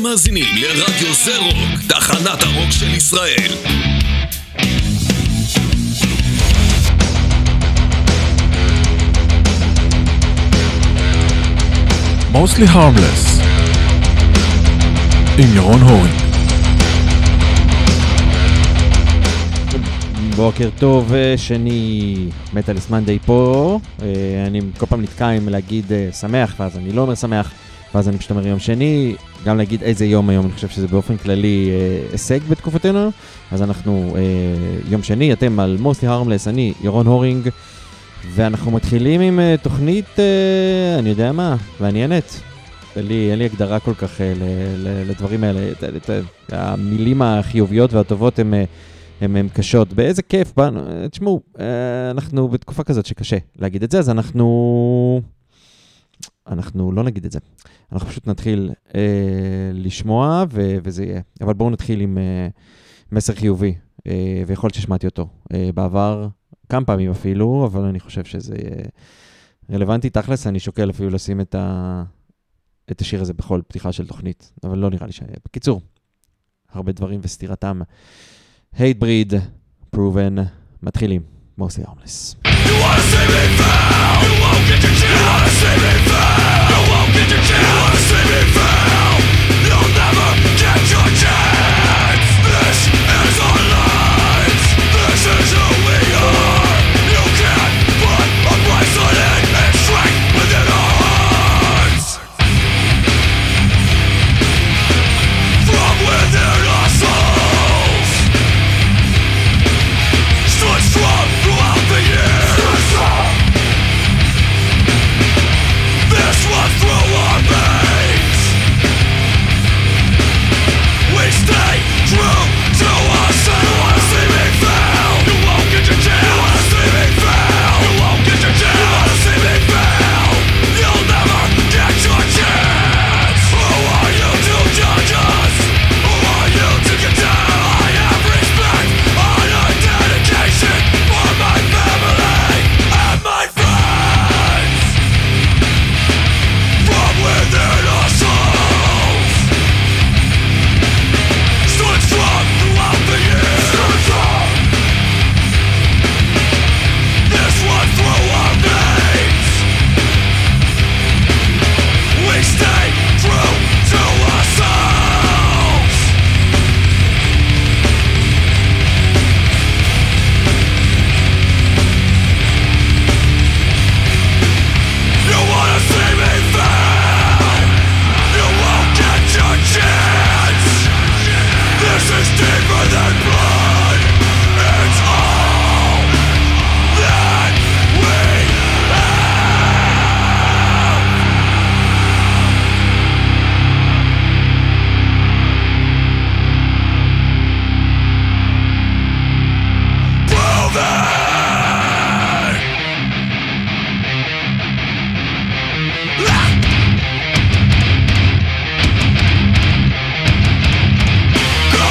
מאזינים לרדיו זה רוק, תחנת הרוק של ישראל. Mostly Harmless עם ירון הורינג. בוקר טוב, שני מטאליס מנדי פה. אני כל פעם נתקע עם להגיד שמח, ואז אני לא אומר שמח, ואז אני פשוט אומר יום שני. גם להגיד איזה יום היום, אני חושב שזה באופן כללי הישג בתקופתנו. אז אנחנו יום שני, אתם על Mostly Harmless, אני ירון הורינג, ואנחנו מתחילים עם תוכנית, אני יודע מה, מעניינת. אין לי הגדרה כל כך לדברים האלה. המילים החיוביות והטובות הן קשות. באיזה כיף, תשמעו, אנחנו בתקופה כזאת שקשה להגיד את זה, אז אנחנו לא נגיד את זה. אנחנו פשוט נתחיל לשמוע וזה יהיה. אבל בואו נתחיל עם מסר חיובי, ויכול להיות ששמעתי אותו בעבר, כמה פעמים אפילו, אבל אני חושב שזה רלוונטי. תכלס, אני שוקל אפילו לשים את השיר הזה בכל פתיחה של תוכנית, אבל לא נראה לי שהיה. בקיצור, הרבה דברים וסתירתם. Hatebreed, Proven, מתחילים. Mostly Harmless. You wanna see me fail, you won't get your chance. You wanna see me fail, you won't get your chance. You wanna see me fail, you'll never get your chance. This is our lives, this is who we are. You can't put a price on it, it's strength within our hearts. From within our souls, stood strong throughout the years. This was through our veins. We stay true to ourselves. You wanna see me fail, you won't get your chance. You wanna see me fail, you won't get your chance. You wanna see me fail, you'll never get your chance. Who are you to judge us? Who are you to condemn? I have respect, honor, dedication for my family and my friends. From within our souls, stood strong throughout the years. This one through our veins. We stay true to ourselves. You wanna see me fail, you won't get your chance. This is deeper than blood, it's all that we have. Prove it! Go!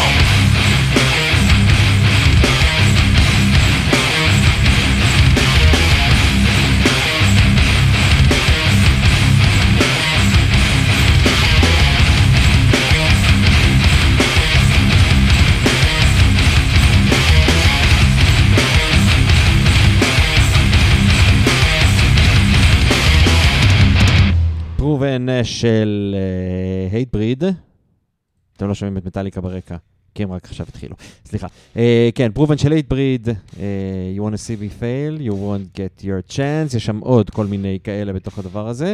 Proven של Hatebreed. אתם לא שומעים את מטאליקה ברקע, כי הם רק עכשיו התחילו. סליחה. כן, Proven של Hatebreed. You wanna see me fail, you won't get your chance. יש שם עוד כל מיני כאלה בתוך הדבר הזה.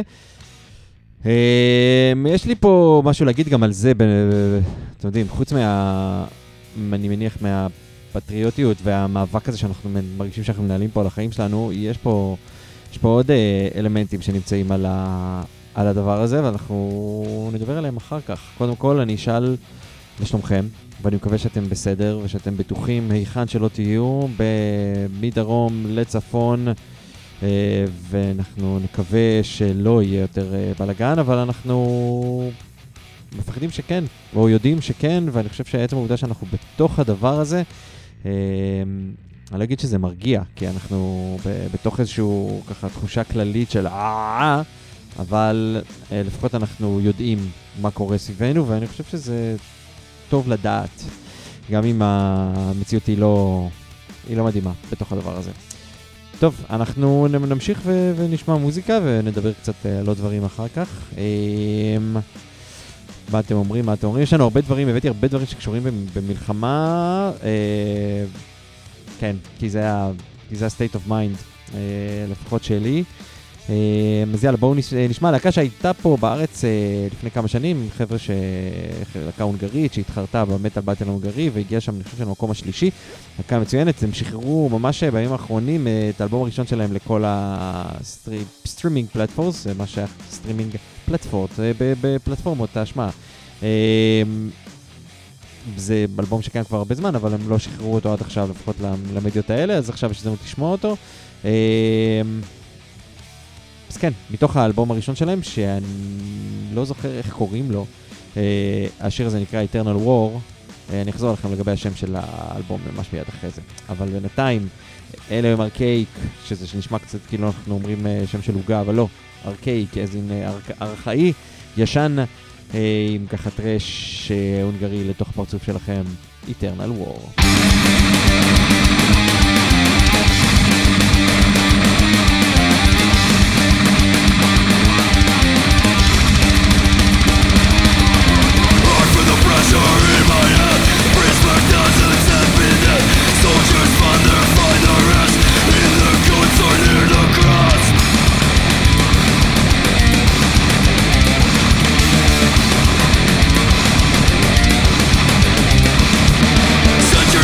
יש לי פה משהו להגיד גם על זה, אתם יודעים, חוץ אני מניח מהפטריוטיות והמאבק הזה שאנחנו מרגישים שאנחנו מנהלים פה על החיים שלנו, יש פה עוד אלמנטים שנמצאים על הדבר הזה, ואנחנו נדבר עליהם אחר כך. קודם כל, אני אשאל לשלומכם, ואני מקווה שאתם בסדר, ושאתם בטוחים היכן שלא תהיו, מדרום לצפון, ואנחנו נקווה שלא יהיה יותר בלגן, אבל אנחנו מפחדים שכן, או יודעים שכן, ואני חושב שהעצם העובדה שאנחנו בתוך הדבר הזה, אני לא אגיד שזה מרגיע, כי אנחנו בתוך איזשהו ככה תחושה כללית של אבל לפחות אנחנו יודעים מה קורה סביבנו, ואני חושב שזה טוב לדעת, גם אם המציאות היא לא מדהימה בתוך הדבר הזה. טוב, אנחנו נמשיך ונשמע מוזיקה ונדבר קצת על עוד דברים אחר כך. מה אתם אומרים? יש לנו הרבה דברים, הבאתי הרבה דברים שקשורים במלחמה, כן, כי זה ה-state of mind, לפחות שלי. אז יאללה, בואו נשמע להקה שהייתה פה בארץ לפני כמה שנים, חבר'ה להקה הונגרית שהתחרתה במטל באטל ההונגרי והגיעה שם, אני חושב, של המקום השלישי. להקה מצוינת, הם שחררו ממש בימים האחרונים את האלבום הראשון שלהם לכל הסטרימינג פלטפורמס, מה שייך סטרימינג בפלטפורמות ההשמעה. זה אלבום שקיים כבר הרבה זמן, אבל הם לא שחררו אותו עד עכשיו, לפחות למדיות האלה, אז עכשיו יש הזדמנות לשמוע אותו. אז כן, מתוך האלבום הראשון שלהם, שאני לא זוכר איך קוראים לו, השיר הזה נקרא Eternal War, אני אחזור לכם לגבי השם של האלבום ממש מיד אחרי זה. אבל בינתיים, אלה הם ארקייק, שזה שנשמע קצת כאילו אנחנו אומרים שם של הוגה, אבל לא, ארקייק, אז עם ארכאי, ישן, עם ככה טרש הונגרי לתוך פרצוף שלכם, Eternal War. Set your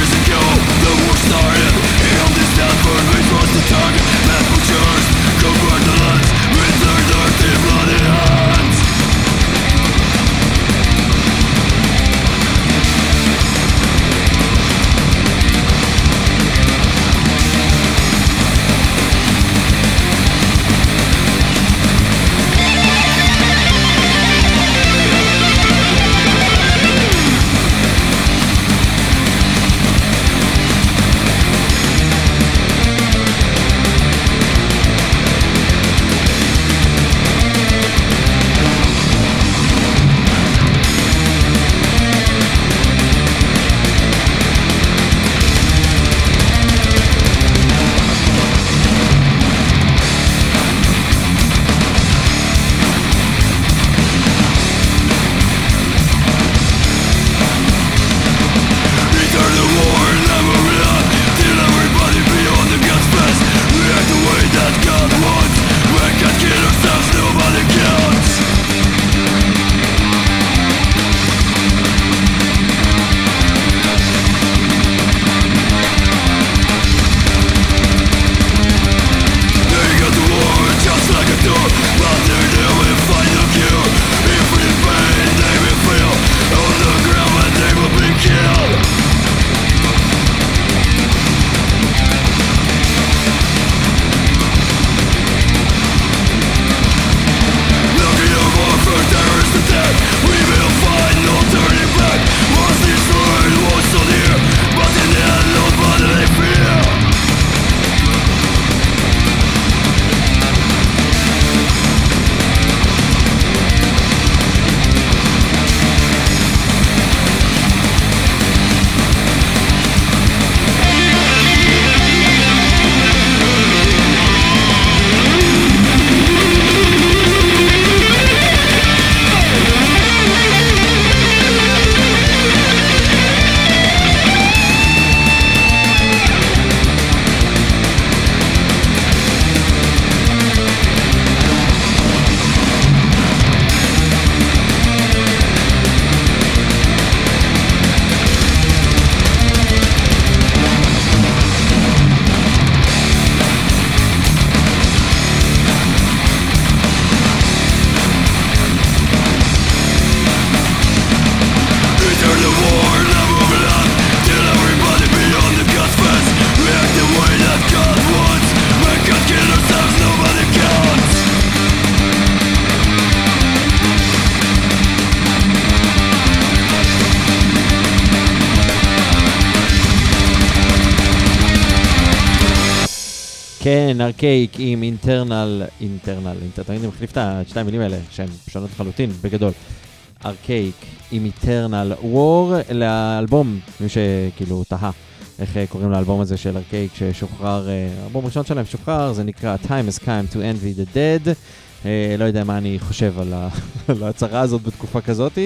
כן, ארקייק עם אינטרנל, תמיד אני מחליף את השתי המילים האלה, שהן שונות לחלוטין, בגדול. ארקייק עם איטרנל וור, לאלבום, מי שכאילו תהה, איך קוראים לאלבום הזה של ארקייק ששוחרר, האלבום הראשון שלהם שוחרר, זה נקרא Time has come to envy the dead, לא יודע מה אני חושב על ההצהרה הזאת בתקופה כזאת,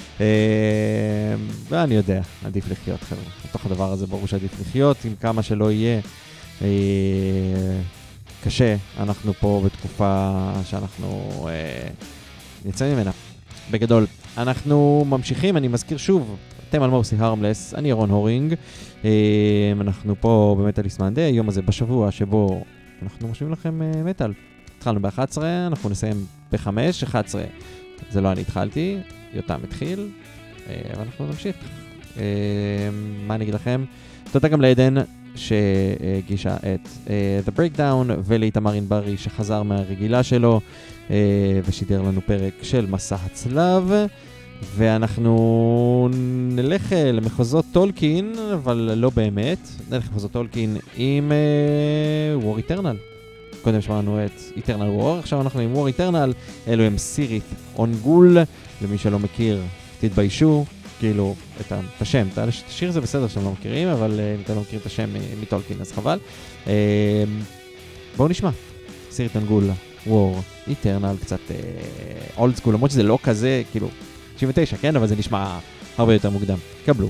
ואני יודע, עדיף לחיות חבר'ה, בתוך הדבר הזה ברור שעדיף לחיות, עם כמה שלא יהיה קשה, אנחנו פה בתקופה שאנחנו נצא ממנה. בגדול, אנחנו ממשיכים, אני מזכיר שוב, אתם על מוסלי הרמלס, אני ירון הורינג, אנחנו פה במטאליסט מאנדיי, היום הזה בשבוע שבו אנחנו משווים לכם מטאל. התחלנו ב-11, אנחנו נסיים ב-5, 11, זה לא אני התחלתי, יותם התחיל, ואנחנו נמשיך. מה אני אגיד לכם? תודה גם לעדן שהגישה את The Breakdown, ולאיתמר ענברי שחזר מהרגילה שלו, ושידר לנו פרק של מסע הצלב, ואנחנו נלך למחוזות טולקין, אבל לא באמת, נלך למחוזות טולקין עם War Eternal. קודם שמענו את Eternal War, עכשיו אנחנו עם War Eternal, אלו הם סירית אונגול, למי שלא מכיר, תתביישו, כאילו, את השם, את השיר זה בסדר שאתם לא מכירים, אבל אם אתם לא מכירים את השם מטולקין, אז חבל. בואו נשמע, סירית אונגול, War Eternal, קצת אולד סקול, למרות שזה לא כזה, כאילו, 99, כן? אבל זה נשמע הרבה יותר מוקדם. קבלו.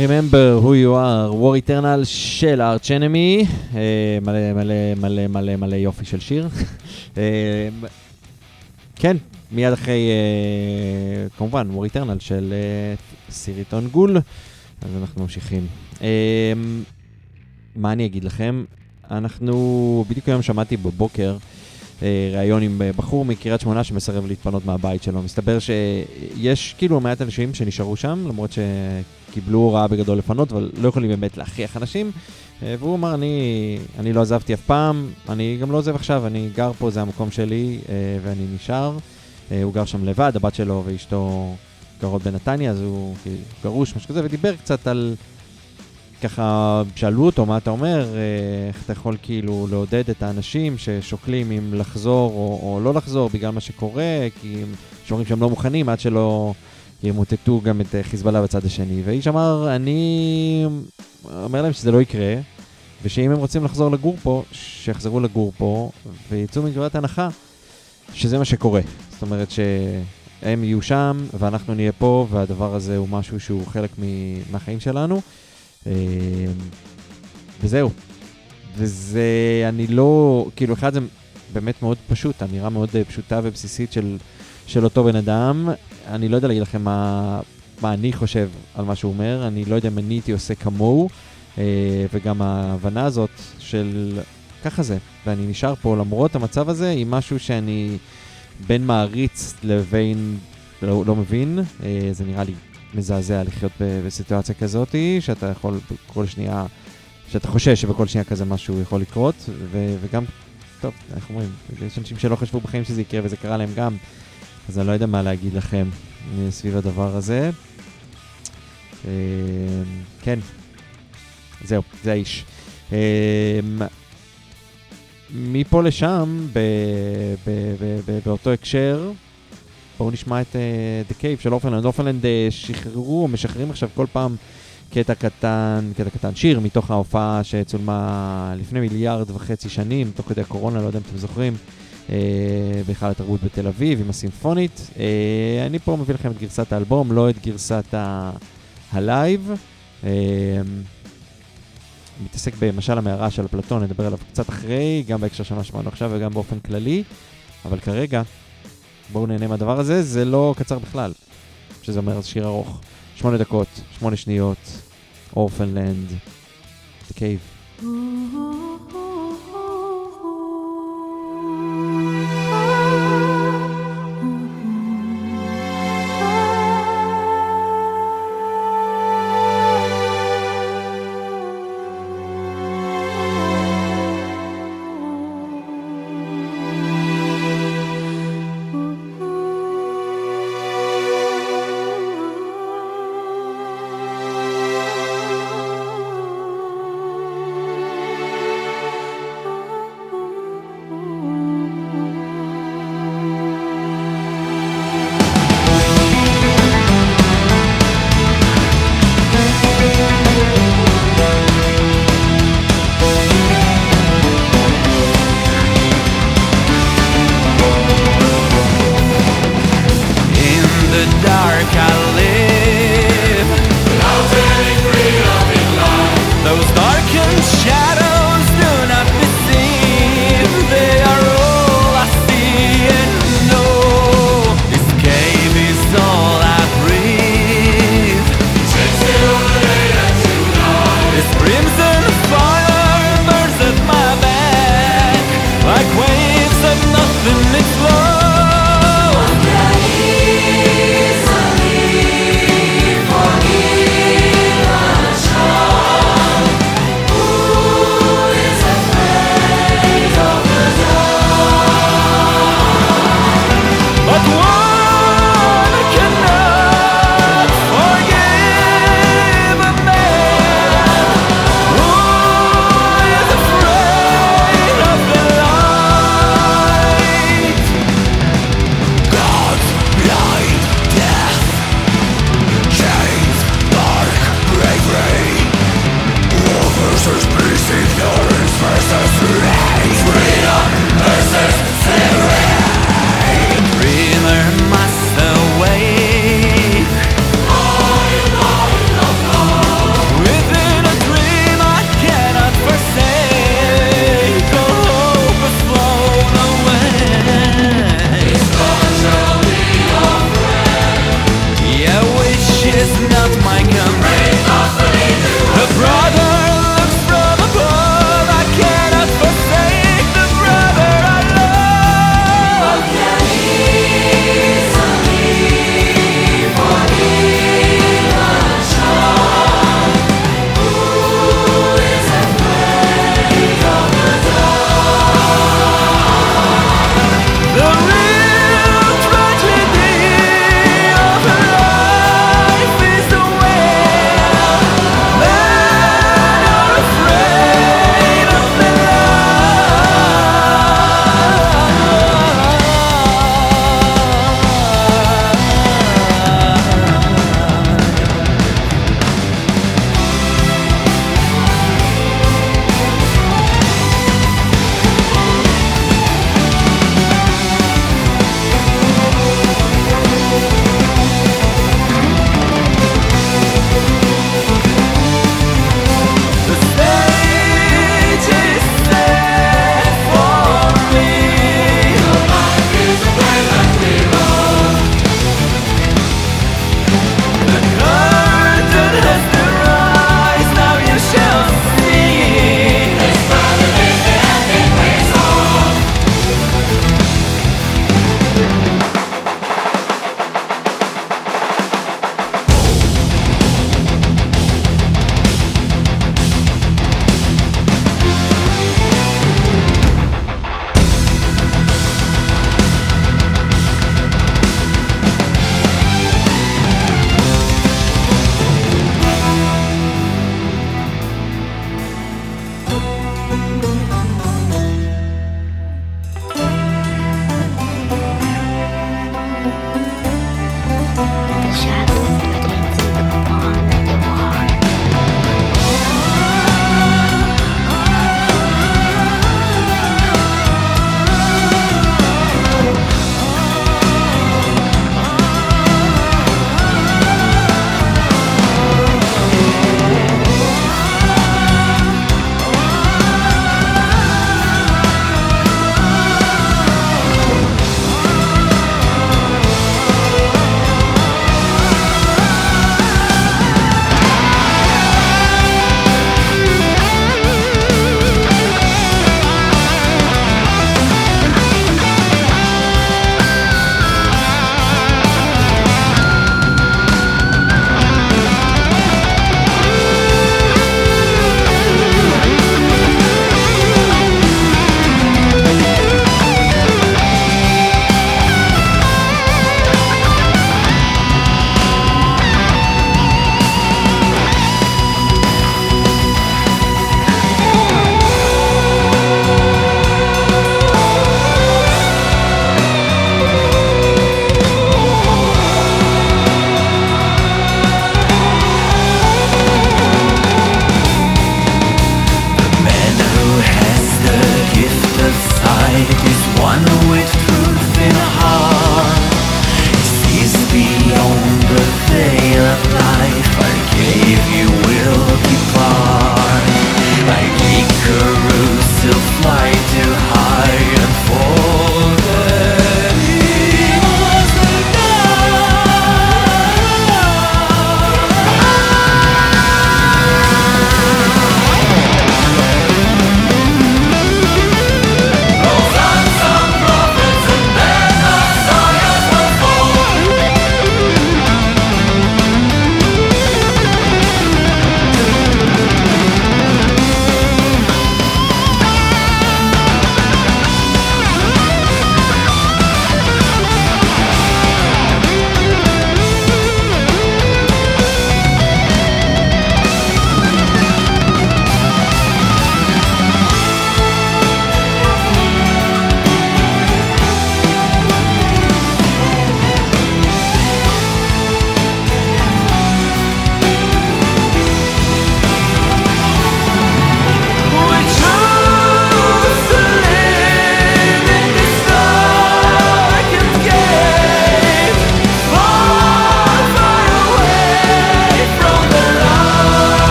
Remember who you are, War Eternal של Arch Enemy, מלא מלא מלא מלא מלא יופי של שיר. כן, מיד אחרי, כמובן, War Eternal של סיריטון גול, אז אנחנו ממשיכים. מה אני אגיד לכם? אנחנו, בדיוק היום שמעתי בבוקר, ראיון עם בחור מקריית שמונה שמסרב להתפנות מהבית שלו. מסתבר שיש כאילו מעט אנשים שנשארו שם, למרות שקיבלו הוראה בגדול לפנות, אבל לא יכולים באמת להכריח אנשים. והוא אמר, אני לא עזבתי אף פעם, אני גם לא עוזב עכשיו, אני גר פה, זה המקום שלי, ואני נשאר. הוא גר שם לבד, הבת שלו ואשתו גרות בנתניה, אז הוא גרוש, משהו כזה, ודיבר קצת על... ככה שאלו אותו מה אתה אומר, איך אתה יכול כאילו לעודד את האנשים ששוקלים אם לחזור או לא לחזור בגלל מה שקורה, כי הם שאומרים שהם לא מוכנים עד שלא ימוטטו גם את חיזבאללה בצד השני. ואיש אמר, אני אומר להם שזה לא יקרה, ושאם הם רוצים לחזור לגור פה, שיחזרו לגור פה, ויצאו מנקודת הנחה שזה מה שקורה. זאת אומרת שהם יהיו שם ואנחנו נהיה פה, והדבר הזה הוא משהו שהוא חלק מהחיים שלנו. וזהו. וזה, אני לא, כאילו אחד זה באמת מאוד פשוט, אמירה מאוד פשוטה ובסיסית של אותו בן אדם. אני לא יודע להגיד לכם מה אני חושב על מה שהוא אומר, אני לא יודע אם אני הייתי עושה כמוהו, וגם ההבנה הזאת של ככה זה, ואני נשאר פה למרות המצב הזה, היא משהו שאני בין מעריץ לבין לא מבין, זה נראה לי מזעזע לחיות בסיטואציה כזאת, שאתה יכול בכל שנייה, שאתה חושש שבכל שנייה כזה משהו יכול לקרות, וגם, טוב, איך אומרים, יש אנשים שלא חשבו בחיים שזה יקרה, וזה קרה להם גם, אז אני לא יודע מה להגיד לכם סביב הדבר הזה. כן, זהו, זה האיש. מפה לשם, באותו הקשר, בואו נשמע את The Cave של אורפנלנד. אורפנלנד שחררו, משחררים עכשיו כל פעם קטע קטן, שיר מתוך ההופעה שצולמה לפני 1.5 מיליארד שנים, תוך כדי הקורונה, לא יודע אם אתם זוכרים, בהיכל התרבות בתל אביב עם הסימפונית. אני פה מביא לכם את גרסת האלבום, לא את גרסת הלייב. מתעסק במשל המערה של אפלטון, נדבר עליו קצת אחרי, גם בהקשר של מה שמענו עכשיו וגם באופן כללי, אבל כרגע בואו נהנה מהדבר הזה, זה לא קצר בכלל, שזה אומר, זה שיר ארוך, 8 דקות, 8 שניות, אורפנלנד, The Cave.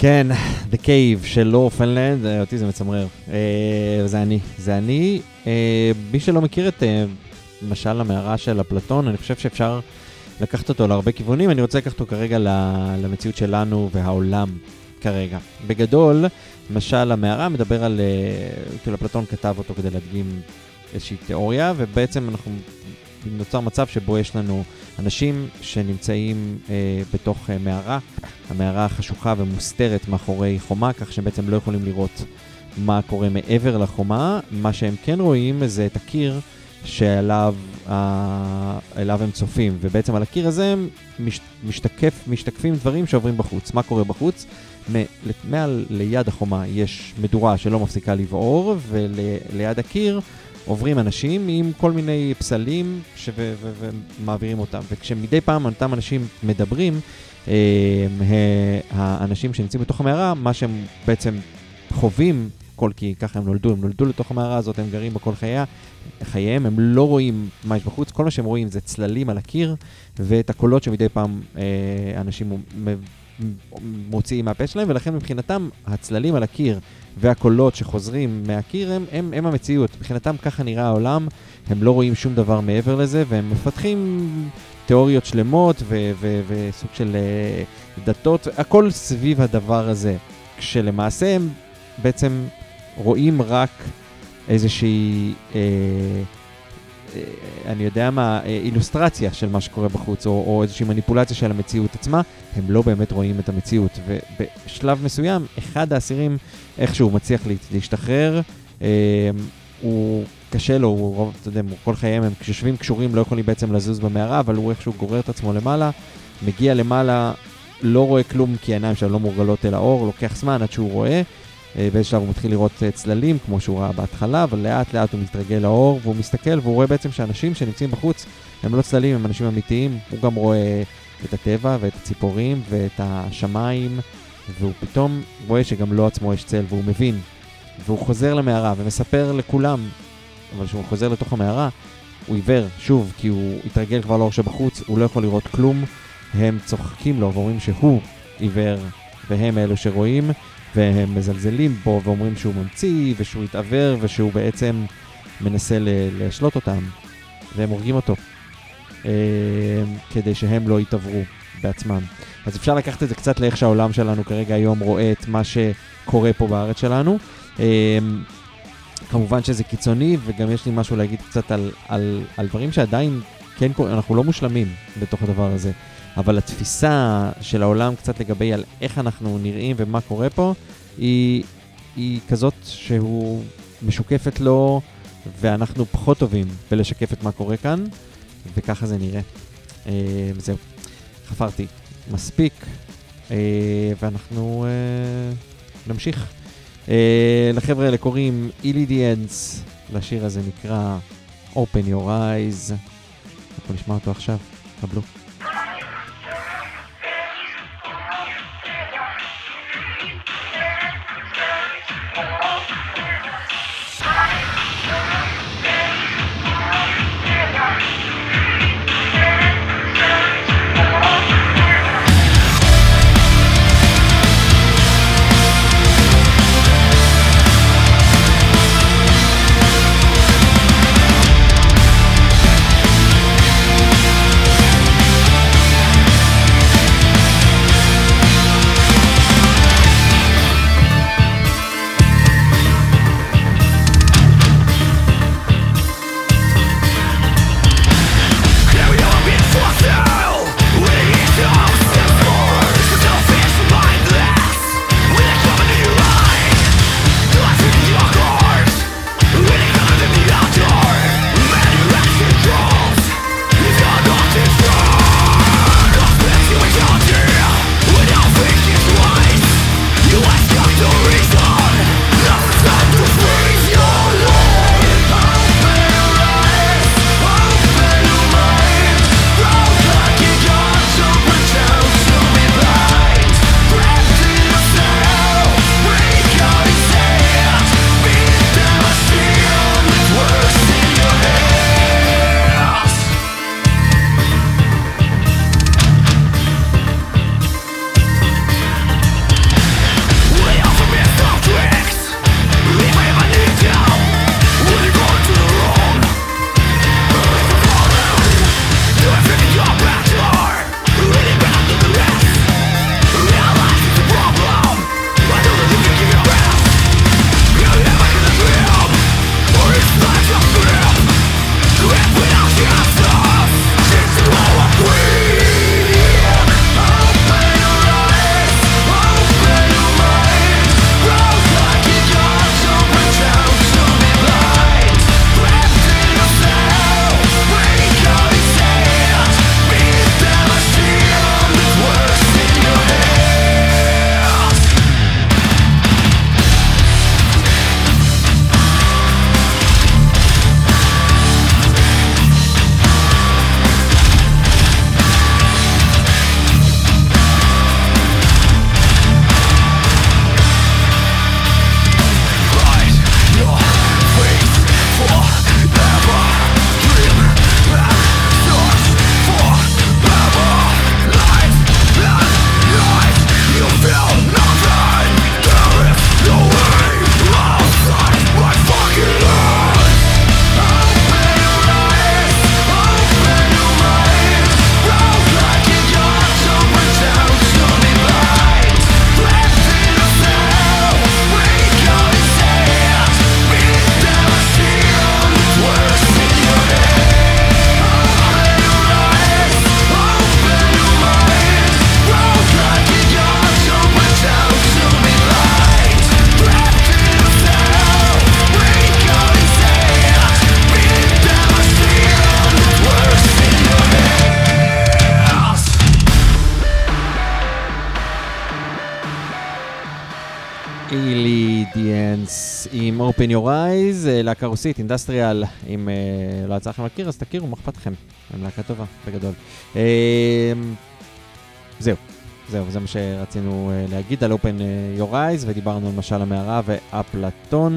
כן, The Cave של לור פנלנד, אותי זה מצמרר. זה אני. מי שלא מכיר את משל המערה של אפלטון, אני חושב שאפשר לקחת אותו להרבה כיוונים. אני רוצה לקחת אותו כרגע למציאות שלנו והעולם כרגע. בגדול, משל המערה מדבר על, כאילו אפלטון כתב אותו כדי להדגים איזושהי תיאוריה, ובעצם נוצר מצב שבו יש לנו אנשים שנמצאים בתוך מערה, המערה חשוכה ומוסתרת מאחורי חומה, כך שהם בעצם לא יכולים לראות מה קורה מעבר לחומה. מה שהם כן רואים זה את הקיר שאליו הם צופים, ובעצם על הקיר הזה משתקפים דברים שעוברים בחוץ. מה קורה בחוץ? מעל ליד החומה יש מדורה שלא מפסיקה לבעור, וליד הקיר עוברים אנשים עם כל מיני פסלים ומעבירים אותם. וכשמדי פעם אותם אנשים מדברים, האנשים שנמצאים בתוך המערה, מה שהם בעצם חווים, כי ככה הם נולדו לתוך המערה הזאת, הם גרים בכל חייהם, הם לא רואים מה יש בחוץ, כל מה שהם רואים זה צללים על הקיר, ואת הקולות שמדי פעם אנשים מוציאים מהפה שלהם, ולכן מבחינתם הצללים על הקיר והקולות שחוזרים מהקיר הם המציאות. מבחינתם ככה נראה העולם, הם לא רואים שום דבר מעבר לזה, והם מפתחים תיאוריות שלמות וסוג של דתות, הכל סביב הדבר הזה, כשלמעשה הם בעצם רואים רק איזושהי, אני יודע מה, אילוסטרציה של מה שקורה בחוץ, או איזושהי מניפולציה של המציאות עצמה. הם לא באמת רואים את המציאות, ובשלב מסוים, אחד האסירים איכשהו מצליח להשתחרר, הוא קשה לו, הוא כל חייהם הם יושבים קשורים, לא יכולים בעצם לזוז במערה, אבל הוא איכשהו גורר את עצמו למעלה, מגיע למעלה, לא רואה כלום כי העיניים שלו לא מורגלות אל האור, לוקח זמן עד שהוא רואה, באיזה שלב הוא מתחיל לראות צללים כמו שהוא ראה בהתחלה, אבל לאט לאט הוא מתרגל לאור, והוא מסתכל והוא רואה בעצם שאנשים שנמצאים בחוץ הם לא צללים, הם אנשים אמיתיים. הוא גם רואה את הטבע ואת הציפורים ואת השמיים, והוא פתאום רואה שגם לא עצמו יש צל, והוא מבין, והוא חוזר למערה ומספר לכולם, אבל כשהוא חוזר לתוך המערה הוא עיוור שוב, כי הוא התרגל כבר לאור שבחוץ, הוא לא יכול לראות כלום. הם צוחקים לו ואומרים שהוא עיוור והם אלו שרואים, והם מזלזלים בו ואומרים שהוא ממציא ושהוא התעבר ושהוא בעצם מנסה להשלות אותם, והם הורגים אותו כדי שהם לא יתעברו בעצמם. אז אפשר לקחת את זה קצת לאיך שהעולם שלנו כרגע היום רואה את מה שקורה פה בארץ שלנו. כמובן שזה קיצוני, וגם יש לי משהו להגיד קצת על דברים שעדיין כן קורה, אנחנו לא מושלמים בתוך הדבר הזה, אבל התפיסה של העולם קצת לגבי על איך אנחנו נראים ומה קורה פה, היא כזאת שהוא משוקפת לו, ואנחנו פחות טובים בלשקף את מה קורה כאן, וככה זה נראה. זהו, חפרתי מספיק, ואנחנו נמשיך. לחבר'ה האלה קוראים אילידיאנס, לשיר הזה נקרא Open Your Eyes. אנחנו נשמע אותו עכשיו, קבלו. עם Open Your Eyes, להקה רוסית, אינדסטריאל, אם לא יצא לכם להכיר, אז תכירו, מה אכפת לכם? הם להקה טובה, בגדול. זהו, זה מה שרצינו להגיד על Open Your Eyes, ודיברנו על משל המערה ואפלטון.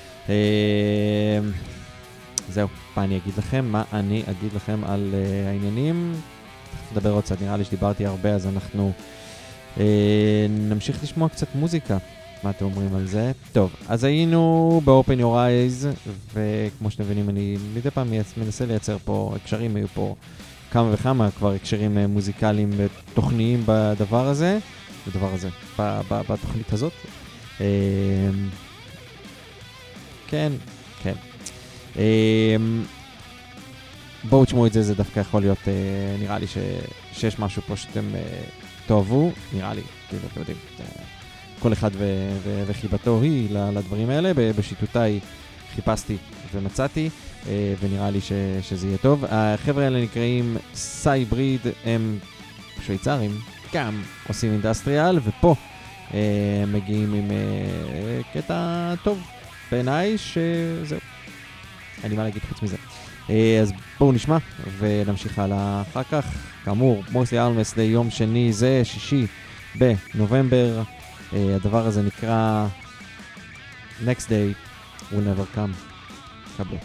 זהו, מה אני אגיד לכם על העניינים? נדבר עוד קצת, נראה לי שדיברתי הרבה, אז אנחנו נמשיך לשמוע קצת מוזיקה. מה אתם אומרים על זה? טוב, אז היינו ב-Open Your Eyes, וכמו שאתם מבינים, אני מדי פעם מנסה לייצר פה הקשרים, היו פה כמה וכמה כבר הקשרים מוזיקליים ותוכניים בתוכנית הזאת. כן. בואו תשמעו את זה, זה דווקא יכול להיות, נראה לי שיש משהו פה שאתם תאהבו, נראה לי, כאילו, אתם יודעים, כל אחד וחיבתו היא לדברים האלה, בשיטותיי חיפשתי ומצאתי, ונראה לי שזה יהיה טוב. החבר'ה האלה נקראים סייבריד, הם שוויצרים, גם עושים אינדסטריאל, ופה מגיעים עם קטע טוב בעיניי, שזהו, אין לי מה להגיד חוץ מזה. אז בואו נשמע ונמשיך הלאה אחר כך. כאמור, מוסלי הרמלס ליום שני, זה 6 בנובמבר. הדבר הזה נקרא Next Day Will Never Come. קבלו.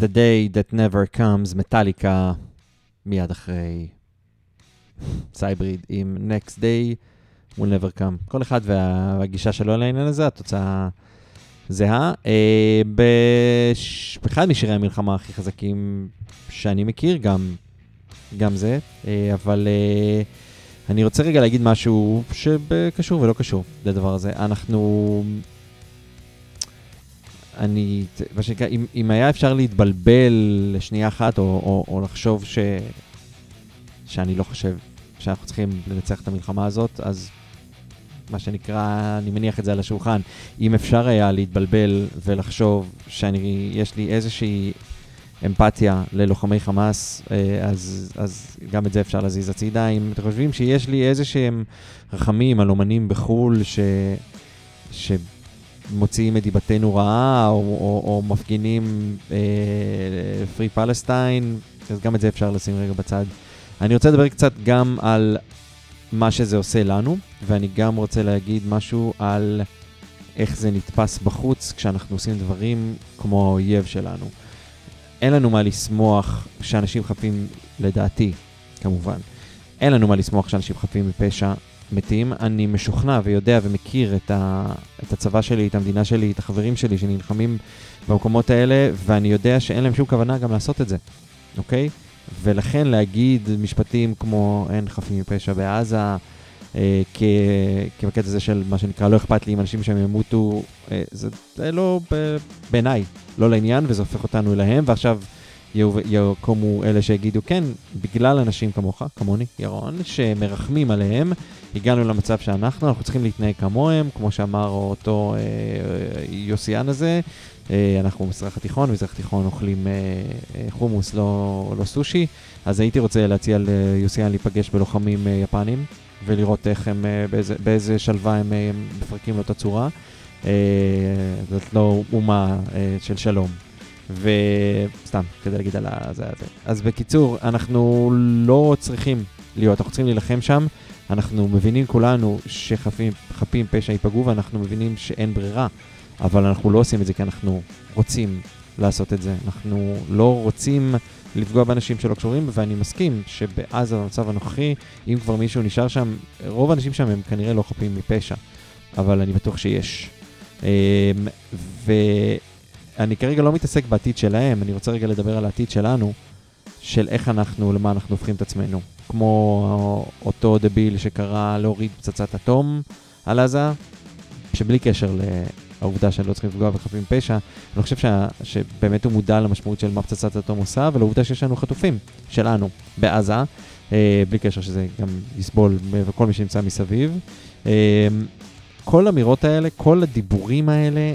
The Day That Never Comes, מטאליקה, מיד אחרי סייבריד עם Next Day will Never Come. כל אחד והגישה שלו לעניין הזה, התוצאה זהה. באחד משירי המלחמה הכי חזקים שאני מכיר, גם זה, אבל אני רוצה רגע להגיד משהו שקשור ולא קשור לדבר הזה. אם היה אפשר להתבלבל לשנייה אחת, או לחשוב שאני לא חושב שאנחנו צריכים לנצח את המלחמה הזאת, אז מה אני מניח את זה על השולחן. אם אפשר היה להתבלבל ולחשוב שיש לי איזושהי אמפתיה ללוחמי חמאס, אז גם את זה אפשר להזיז הצידה. אם אתם חושבים שיש לי איזשהם רחמים על אומנים בחול שמוציאים את דיבתנו רעה, או מפגינים פרי פלסטיין, אז גם את זה אפשר לשים רגע בצד. אני רוצה לדבר קצת גם על מה שזה עושה לנו, ואני גם רוצה להגיד משהו על איך זה נתפס בחוץ כשאנחנו עושים דברים כמו האויב שלנו. אין לנו מה לשמוח שאנשים חפים, לדעתי, כמובן. אין לנו מה לשמוח שאנשים חפים מפשע מתים. אני משוכנע ויודע ומכיר את הצבא שלי, את המדינה שלי, את החברים שלי שנלחמים במקומות האלה, ואני יודע שאין להם שום כוונה גם לעשות את זה, אוקיי? ולכן להגיד משפטים כמו אין חפים מפשע בעזה, כבקטע הזה של מה שנקרא לא אכפת לי אם אנשים שהם ימותו, זה לא בעיניי, לא לעניין, וזה הופך אותנו אליהם, ועכשיו יקומו אלה שיגידו כן, בגלל אנשים כמוך, כמוני, ירון, שמרחמים עליהם, הגענו למצב שאנחנו צריכים להתנהג כמוהם, כמו שאמר אותו יוסיאן הזה, אנחנו במזרח התיכון, במזרח התיכון אוכלים חומוס, לא סושי, אז הייתי רוצה להציע ליוסיאן להיפגש בלוחמים יפנים, ולראות איך הם, באיזה שלווה הם מפרקים לו את הצורה. זאת לא אומה של שלום. וסתם, כדי להגיד על זה. אז בקיצור, אנחנו לא צריכים להיות, אנחנו צריכים להילחם שם, אנחנו מבינים כולנו שחפים פשע ייפגעו, ואנחנו מבינים שאין ברירה, אבל אנחנו לא עושים את זה כי אנחנו רוצים לעשות את זה. אנחנו לא רוצים לפגוע באנשים שלא קשורים, ואני מסכים שבעזה במצב הנוכחי, אם כבר מישהו נשאר שם, רוב האנשים שם הם כנראה לא חפים מפשע, אבל אני בטוח שיש. ואני כרגע לא מתעסק בעתיד שלהם, אני רוצה רגע לדבר על העתיד שלנו, של איך אנחנו, למה אנחנו הופכים את עצמנו. כמו אותו דביל שקרא להוריד פצצת אטום על עזה, שבלי קשר העובדה שלא צריכים לפגוע בחפים פשע, אני חושב שבאמת הוא מודע למשמעות של מה פצצת אטום עושה, ולעובדה שיש לנו חטופים שלנו בעזה, בלי קשר שזה גם יסבול וכל מי שנמצא מסביב. כל האמירות האלה, כל הדיבורים האלה,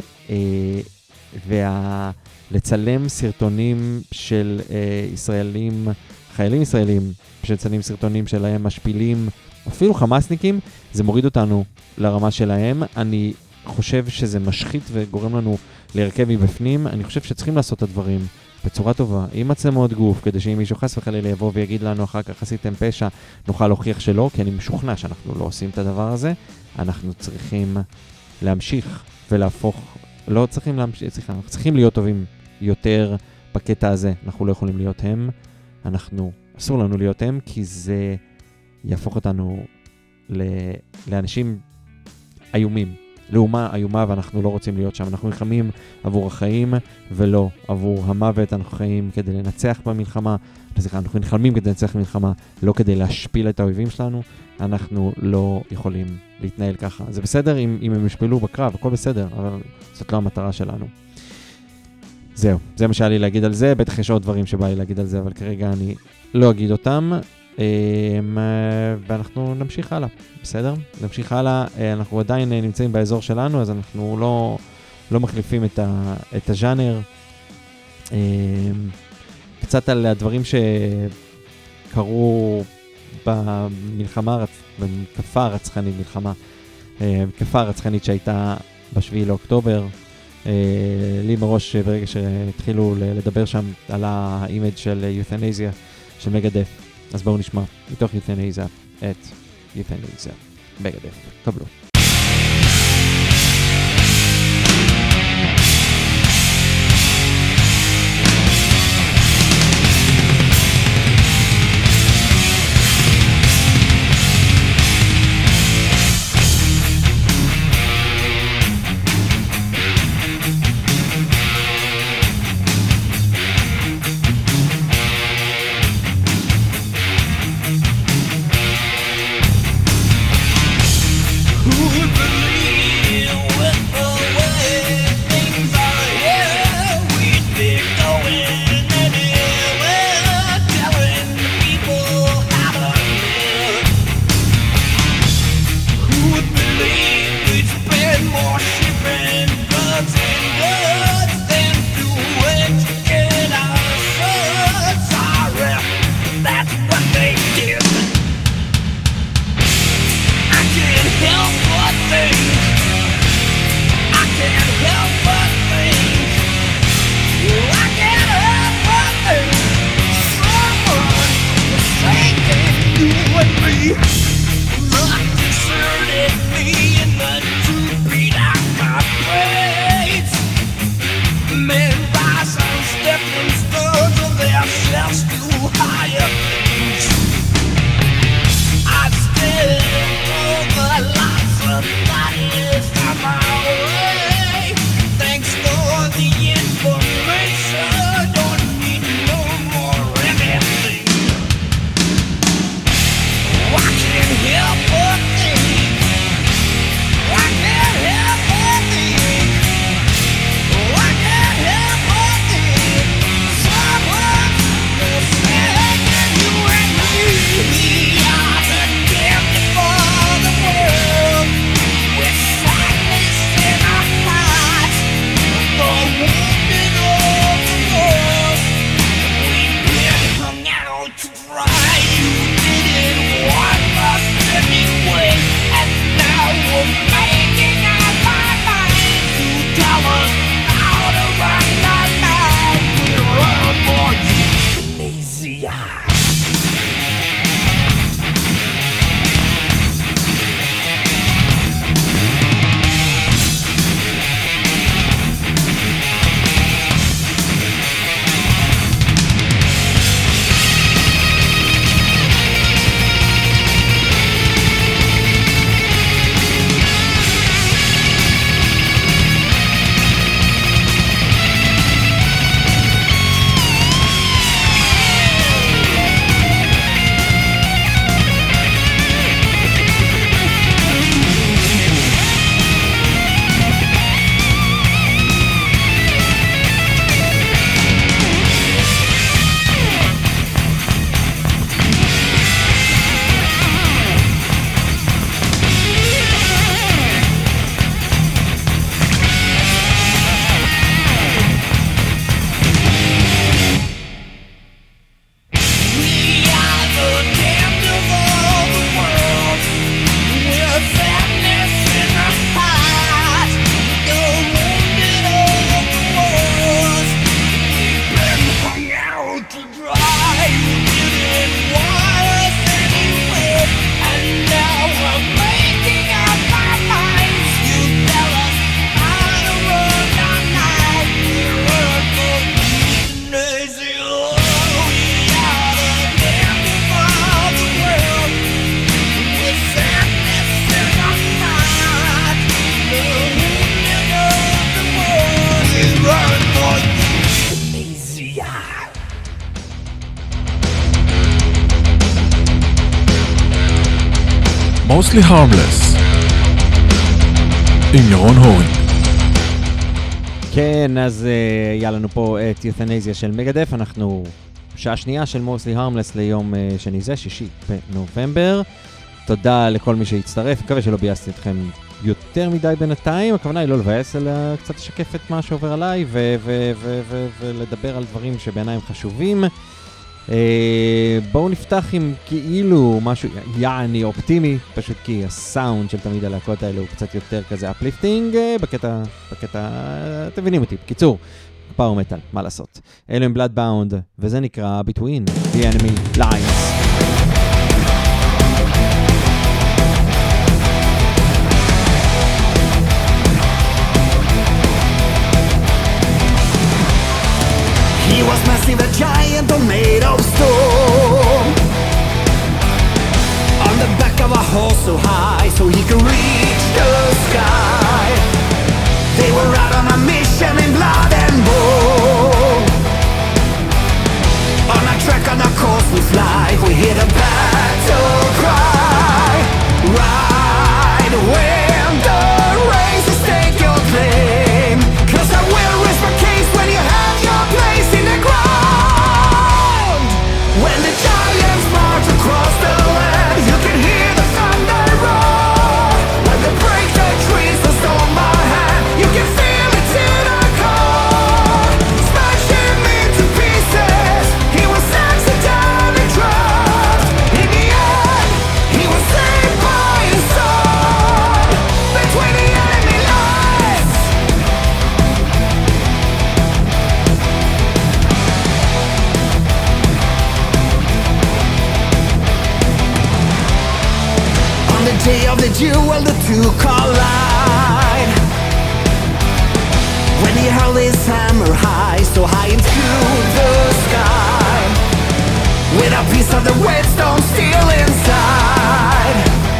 ולצלם סרטונים של ישראלים, חיילים ישראלים, שצלמים סרטונים שלהם משפילים, אפילו חמאסניקים, זה מוריד אותנו לרמה שלהם. אני חושב שזה משחית וגורם לנו להרכב מבפנים. אני חושב שצריכים לעשות את הדברים בצורה טובה, עם מצלמות גוף, כדי שאם מישהו חס וחלילה יבוא ויגיד לנו אחר כך עשיתם פשע, נוכל להוכיח שלא, כי אני משוכנע שאנחנו לא עושים את הדבר הזה. אנחנו צריכים להמשיך ולהפוך, לא צריכים להמשיך, אנחנו צריכים להיות טובים יותר בקטע הזה. אנחנו לא יכולים להיות הם, אסור לנו להיות הם, כי זה יהפוך אותנו לאנשים איומים. לאומה איומה, ואנחנו לא רוצים להיות שם. אנחנו נלחמים עבור החיים ולא עבור המוות. אנחנו חיים כדי לנצח במלחמה. אנחנו נלחמים כדי לנצח במלחמה, לא כדי להשפיל את האויבים שלנו. אנחנו לא יכולים להתנהל ככה. זה בסדר אם הם ישפילו בקרב, הכל בסדר, אבל זאת לא המטרה שלנו. זהו, זה מה שהיה לי להגיד על זה. בטח יש עוד דברים שבא לי להגיד על זה, אבל כרגע אני לא אגיד אותם. ואנחנו נמשיך הלאה, בסדר? נמשיך הלאה, אנחנו עדיין נמצאים באזור שלנו, אז אנחנו לא מחליפים את הז'אנר. קצת על הדברים שקרו במלחמה, במתקפה הרצחנית, מתקפה הרצחנית שהייתה ב7 לאוקטובר. לי מראש ברגע שהתחילו לדבר שם על האימג' של יות'נזיה של מגדף, אז בואו נשמע מתוך יות'נזיה את יות'נזיה מגדף. קבלו. Mostly Harmless עם ירון הורן. כן, אז היה לנו פה את יות'נזיה של מגדף, אנחנו שעה שנייה של Mostly Harmless ליום שני זה, 6 בנובמבר. תודה לכל מי שהצטרף, מקווה שלא ביאסתי אתכם יותר מדי בינתיים, הכוונה היא לא לבאס, אלא קצת לשקף את מה שעובר עליי ולדבר על דברים שבעיניים חשובים. בואו נפתח עם כאילו משהו יעני אופטימי, פשוט כי הסאונד של תמיד הלהקות האלה הוא קצת יותר כזה אפליפטינג, בקטע, אתם מבינים אותי, בקיצור, פאוור מטל, מה לעשות. אלו הם Bloodbound, וזה נקרא Between the Enemy Lines. He was massive, a giant made of stone, on the back of a horse so high so he could reach the sky. They were out on a mission in blood and bone, on a track on a course we fly. We hear the battle cry, ride when the of the whetstone steel inside.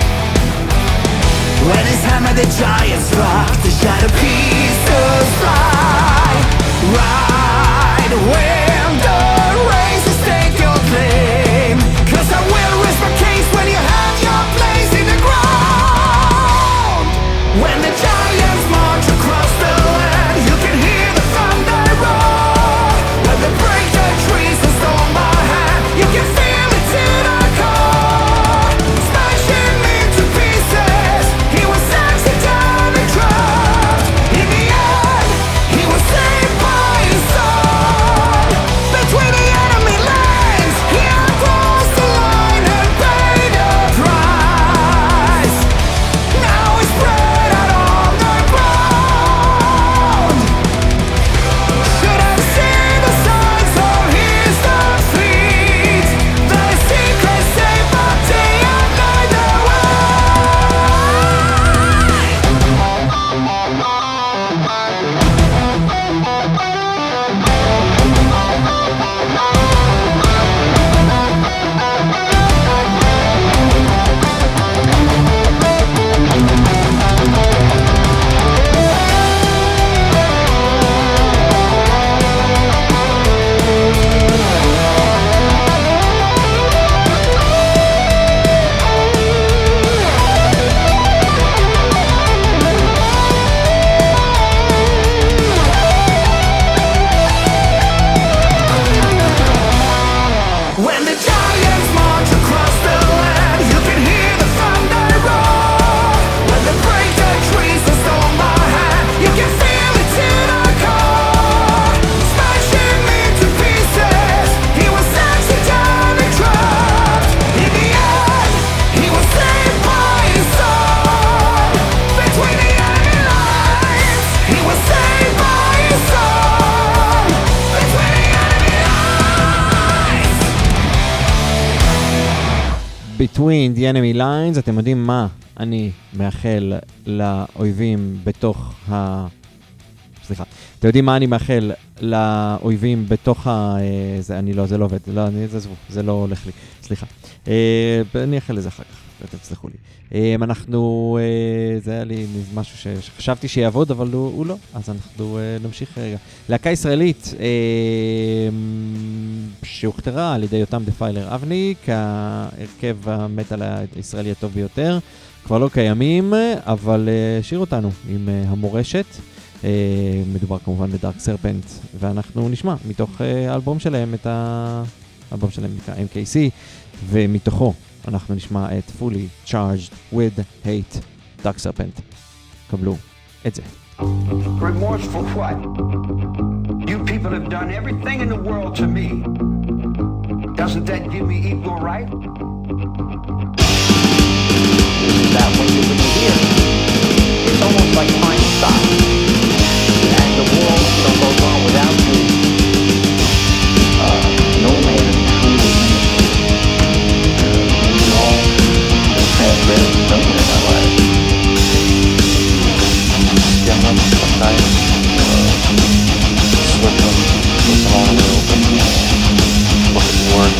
When his hammer the giants rock, the shadow pieces fly. Ride when the razors take your claim, 'cause I will rest my case when you have your place in the ground. When the giants march across the land, you can hear the thunder roar. When they break the trees and storm my hand, you can feel it in our core. Smashing into pieces, he was actually down and trapped. In the end, he was saved by his son. Between the enemy lines, he crossed the line and paid a price. Now he's spread out on the ground. Should have seen the signs of his defeat. The secret saved by day and night away. When the giants march across the land, you can hear the thunder roar. When they break the trees and storm my hand, you can feel it in our core. Smashing into pieces, he was actually down and trapped. In the end, he was saved by his son. Between the enemy lines, he was saved by his son. Between the enemy lines. Between the enemy lines, אתם יודעים מה אני מאחל לאויבים בתוך סליחה. אתם יודעים מה אני מאחל לאויבים בתוך זה לא עובד. לא, זה לא הולך לי. סליחה. אני אאחל לזה אחר כך. אתם תסלחו לי. אנחנו, זה היה לי משהו שחשבתי שיעבוד, אבל הוא לא. אז אנחנו נמשיך רגע. להקה ישראלית שהוכתרה על ידי יותם דפיילר אבני, כהרכב המטל הישראלי הטוב ביותר. כבר לא קיימים, אבל שיר אותנו עם המורשת. מדובר כמובן בדארק סרפנט, ואנחנו נשמע מתוך האלבום שלהם, את האלבום שלהם נקרא MKC, ומתוכו אנחנו נשמע את Fully Charged with Hate, Dark Serpent. קבלו את זה. Remorse for what? You people have done everything in the world to me. Doesn't that give me equal right? That when you hear it, it's almost like time stops. And the world goes on without you. No man is truly we all transgress something in our lives. Sometimes slip them, keep them all the way open, look at the word.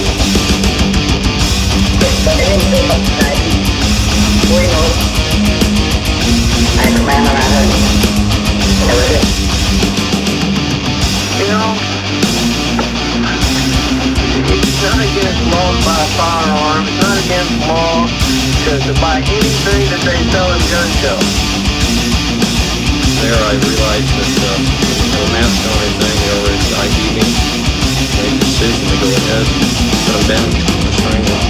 But it is big upside. We know. I command and I heard. Never did. You know, it's not against law by firearm, it's not against law to buy anything that they sell in gun shows. There I realized that the mask and everything, they already ID'd me, made a decision to go ahead, put them down, restrain them.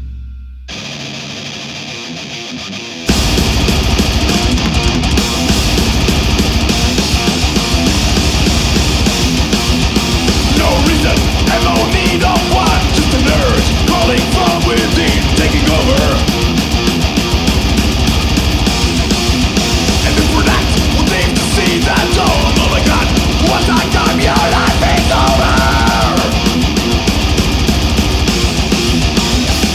No reason and no need of one, just an urge calling from within, taking over. And if we're not, we'll live to see that dawn. Oh my God, what a time your life is over.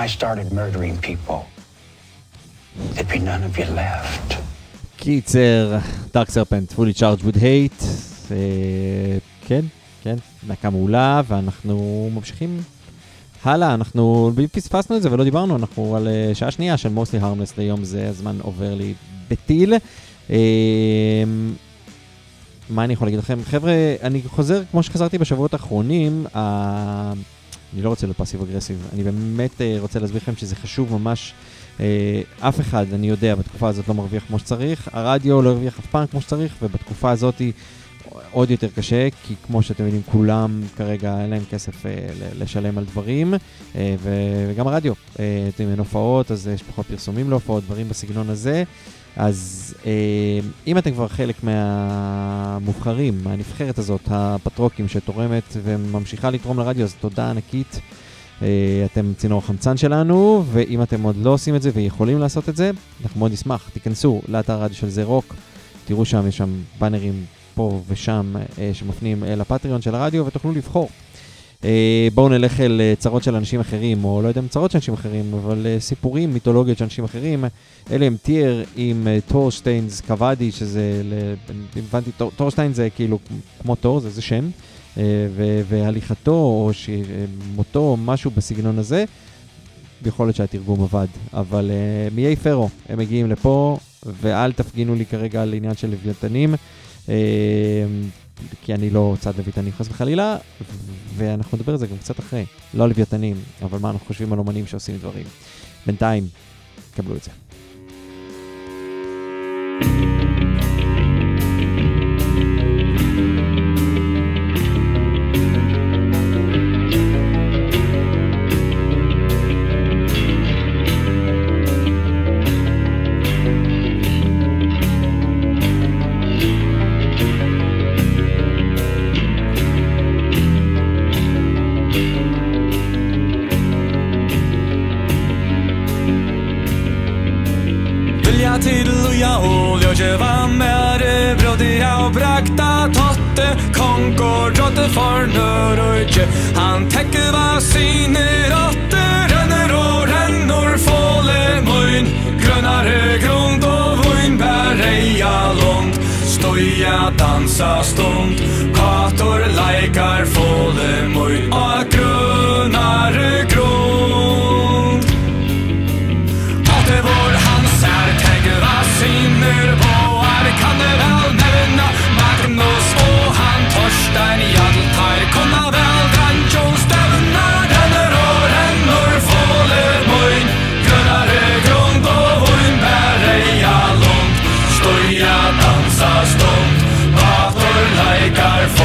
I started murdering people, there'd be none of you left. קיצר, Dark Serpent, Fully Charged with Hate. כן, נקה מעולה, ואנחנו ממשיכים הלאה. אנחנו פספסנו את זה ולא דיברנו, אנחנו על שעה שנייה של Mostly Harmless ליום זה, הזמן עובר לי בטיל. מה אני יכול להגיד לכם? חבר'ה, אני חוזר, כמו שחזרתי בשבועות האחרונים, אני לא רוצה להיות פאסיב אגרסיב, אני באמת רוצה להסביר לכם שזה חשוב ממש. אף אחד, אני יודע, בתקופה הזאת לא מרוויח כמו שצריך, הרדיו לא הרוויח אף פעם כמו שצריך, ובתקופה הזאת עוד יותר קשה, כי כמו שאתם יודעים, כולם כרגע אין להם כסף לשלם על דברים, וגם הרדיו, אתם עם הופעות, אז יש פחות פרסומים להופעות, דברים בסגנון הזה. אז אם אתם כבר חלק מהמובחרים, מהנבחרת הזאת, הפטרוקים שתורמת וממשיכה לתרום לרדיו, אז תודה ענקית. אתם צינור החמצן שלנו, ואם אתם עוד לא עושים את זה ויכולים לעשות את זה, אנחנו מאוד נשמח. תיכנסו לאתר הרדיו של זה רוק, תראו שם, יש שם בנרים פה ושם שמפנים לפטריון של הרדיו, ותוכלו לבחור. בואו נלך אל צרות של אנשים אחרים, או לא יודע אם צרות של אנשים אחרים, אבל סיפורים, מיתולוגיות של אנשים אחרים. אלה הם טיר עם טורשטיינס קוואדי, שזה, הבנתי, טורשטיין זה כאילו כמו טור, זה שם, והליכתו או מותו, משהו בסגנון הזה, יכול להיות שהתרגום עבד, אבל מיי פרו, הם מגיעים לפה, ואל תפגינו לי כרגע על עניין של לוויתנים, כי אני לא צד לוויתנים חס וחלילה, ואנחנו נדבר על זה גם קצת אחרי, לא לוויתנים, אבל מה אנחנו חושבים על אומנים שעושים דברים. בינתיים, קבלו את זה. Han tekker hva sine rotter renner fåle møyn grønnere grund og vunbær reia lund støya dansa stund kator leikar fåle møyn og grønnere grund at det var hans tekker hva sine boar kan det vel nevna Magnus og han Torstein Jadltar kunne vel Stund, vator leikar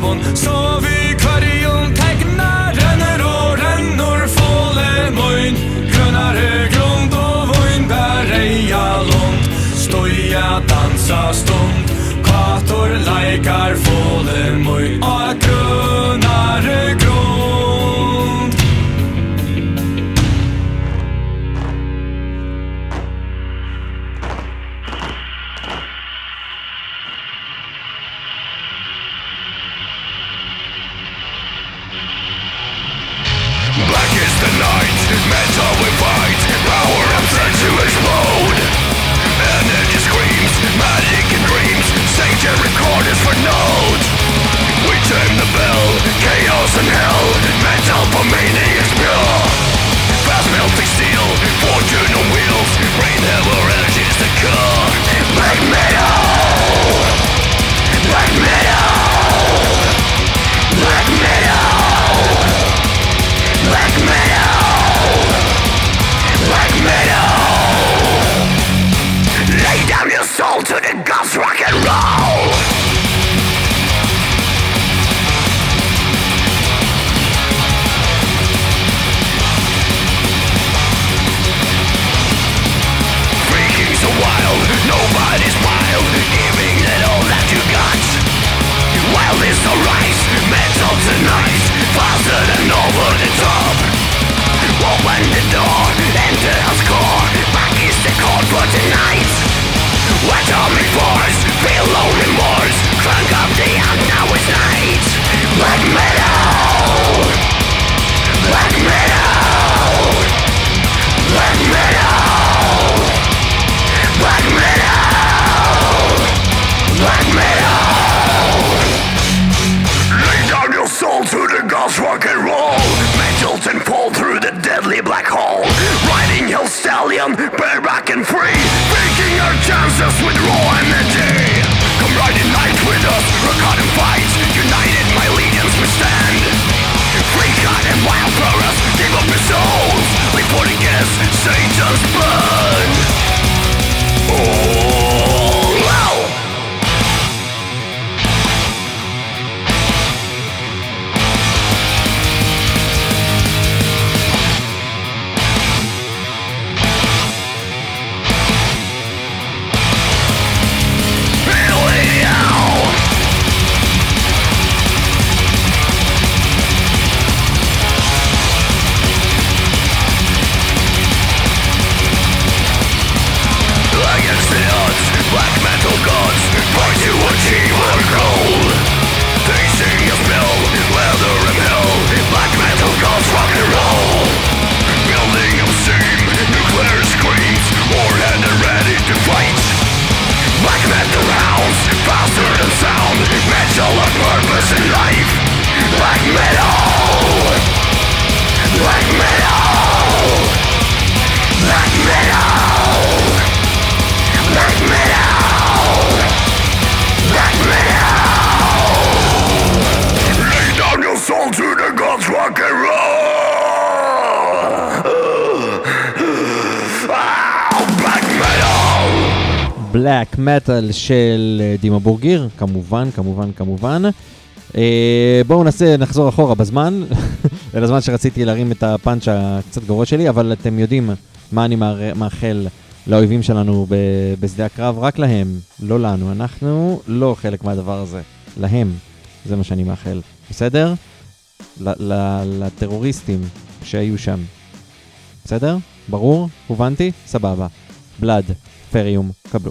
mun så vi kvarjon tegnar renner og rennor fåle moin grønnare grund og voinbær reia lund stoja dansa stund kator leikar fåle moin og grønnare grund Black is the night, metal we fight, power upset to explode. Energy screams, magic and dreams, stage and recorders for notes. We tame the bell, chaos and hell, metal for meaning is pure. Fast melting steel, fortune on wheels, brain ever energy is the core. Black metal, black metal, black metal. Black metal, black metal. Lay down your soul to the gods, rock and roll. Freaking so wild, nobody's wild, giving it all that you got. Wild is the rise, metal tonight, faster than over the top. Open the door, enter house core, back is the call for tonight. Atomic force, feel no remorse, crank up the amp, now it's night. Black metal, black metal, black metal, black metal, black metal. Soul to the gods, rock and roll. Melt and fall through the deadly black hole. Riding Hell Stallion, bareback and free. Taking our chances with raw energy. Come ride in night with us, rock out and fight. United, my legions we stand. Free cut and wild for us, give up your souls. Live for the guess, Satan's blood. Oh, wow. בלק מטל של דימה בורגיר, כמובן. בואו נחזור אחורה בזמן, לזמן שרציתי להרים את הפאנץ' הקצת גרוע שלי, אבל אתם יודעים מה אני מאחל לאויבים שלנו בשדה הקרב, רק להם, לא לנו, אנחנו לא חלק מהדבר הזה, להם, זה מה שאני מאחל, בסדר? לטרוריסטים שהיו שם, בסדר? ברור? הובנתי? סבבה. בלד, פריום, קבלו.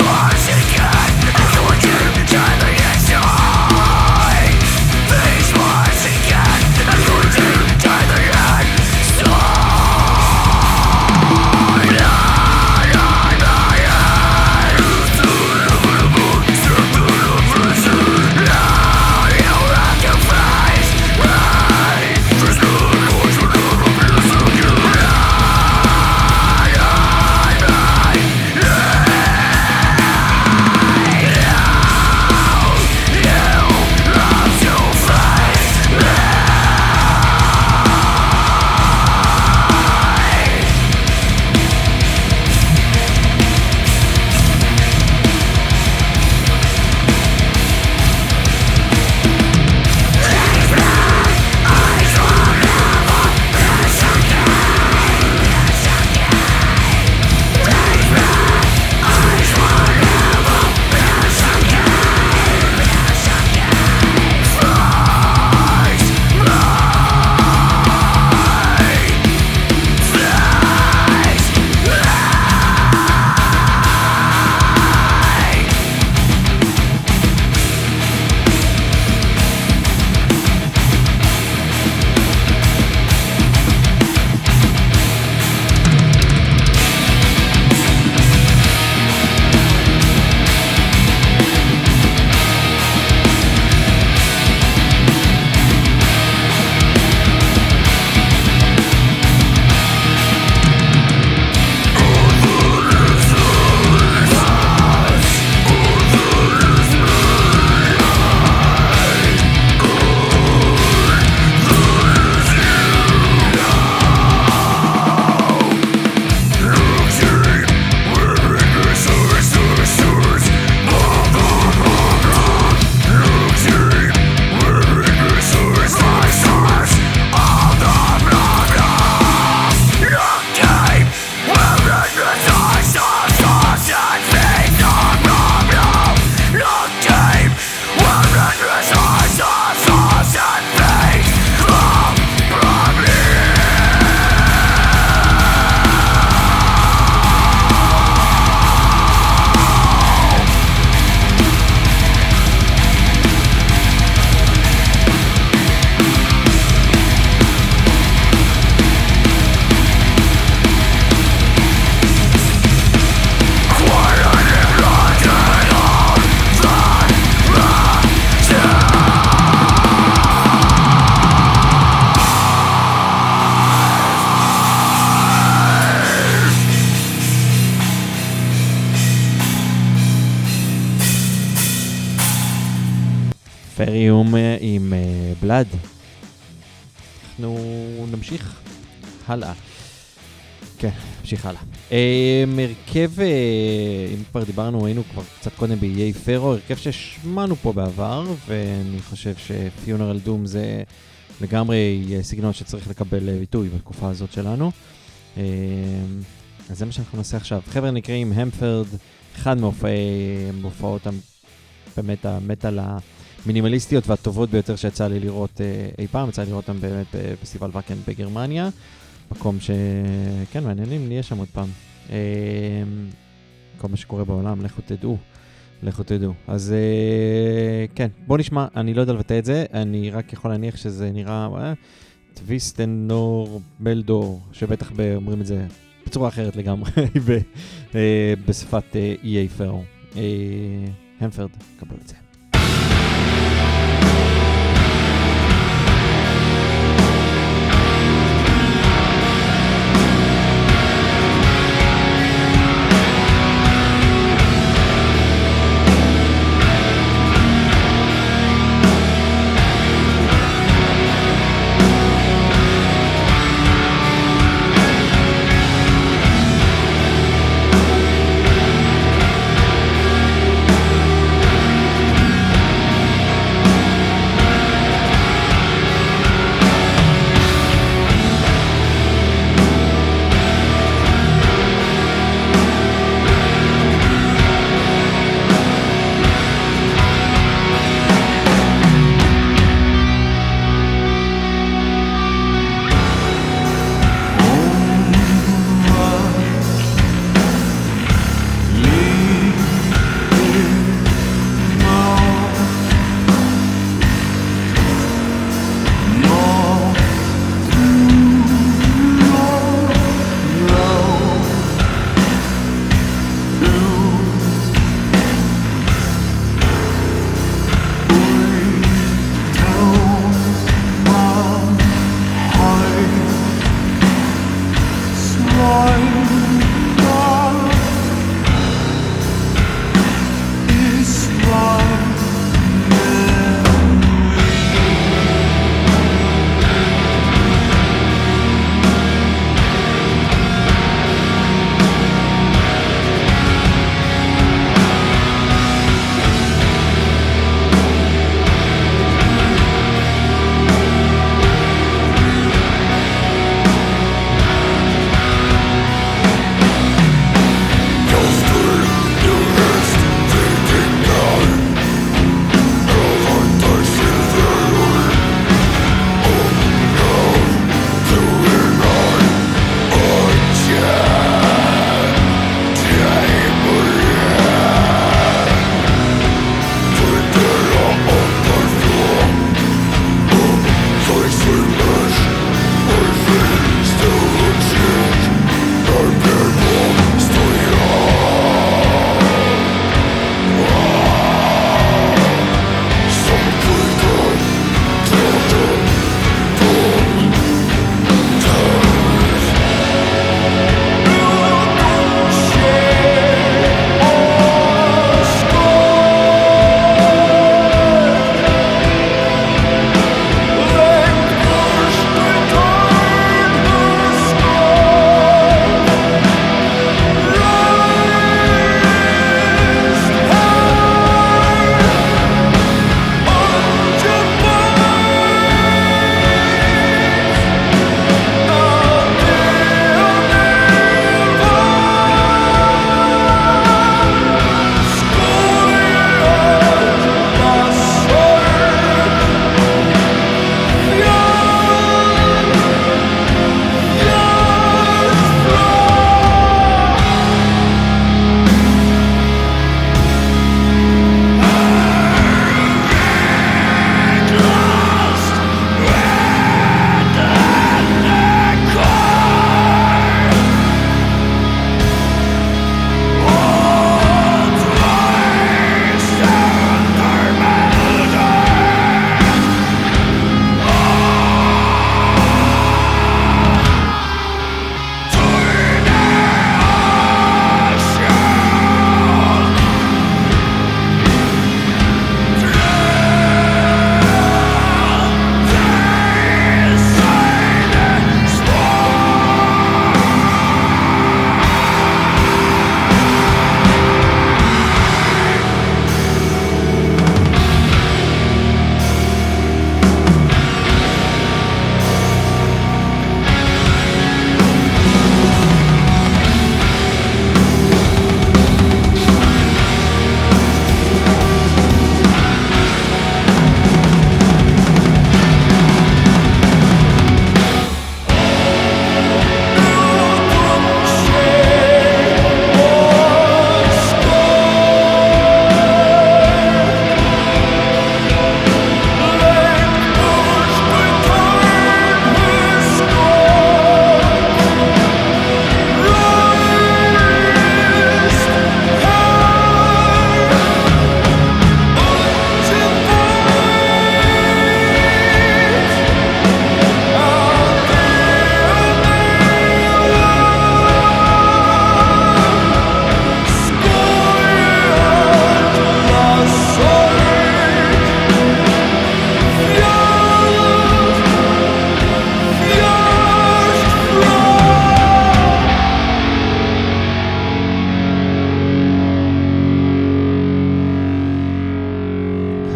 פריום עם בלד. אנחנו נמשיך הלאה. כן, נמשיך הלאה. הרכב, אם כבר דיברנו, היינו כבר קצת קודם באיי פרו, הרכב ששמענו פה בעבר, ואני חושב שפיונרל דום זה לגמרי סגנון שצריך לקבל ביטוי בתקופה הזאת שלנו. אז זה מה שאנחנו נעשה עכשיו. חבר'ה נקראים המפרד, אחד מהופעות באמת המטל המינימליסטיות והטובות ביותר שיצא לי לראות אי פעם, יצא לי לראות אותם באמת בפסטיבל וקן בגרמניה, מקום שכן מעניינים, נהיה שם עוד פעם. כל מה שקורה בעולם, לכו תדעו. אז כן, בוא נשמע, אני לא יודע לבטא את זה, אני רק יכול להניח שזה נראה טוויסטנור בלדור, שבטח אומרים את זה בצורה אחרת לגמרי, בשפת איי פרו. המפרד, קבלו את זה.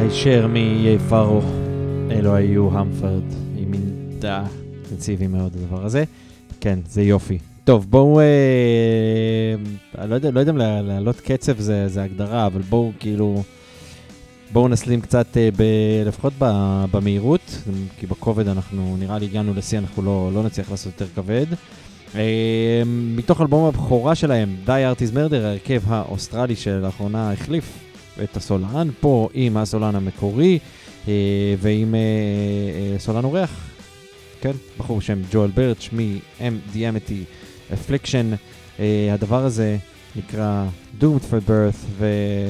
הישר מיי פארו, אלו היו המפרד, עם מידה אינטנסיבי מאוד הדבר הזה. כן, זה יופי. טוב, בואו, לא יודע אם לעלות קצב זה הגדרה, אבל בואו כאילו, בואו נסלים קצת, לפחות במהירות, כי בכובד אנחנו נראה לי הגענו לשיא, אנחנו לא נצליח לעשות יותר כבד. מתוך אלבום הבכורה שלהם, Die Art is Murder, ההרכב האוסטרלי שלאחרונה החליף את הסולן, פה עם הסולן המקורי, ועם סולן אורח, כן, בחור בשם ג'ואל ברץ' מ-The Amity Affliction. הדבר הזה נקרא Doomed for Birth,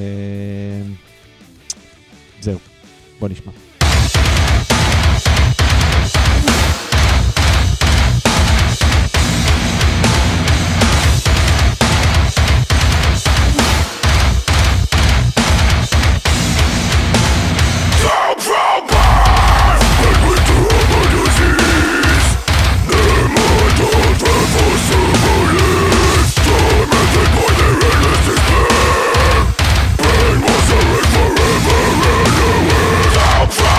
וזהו, בוא נשמע. From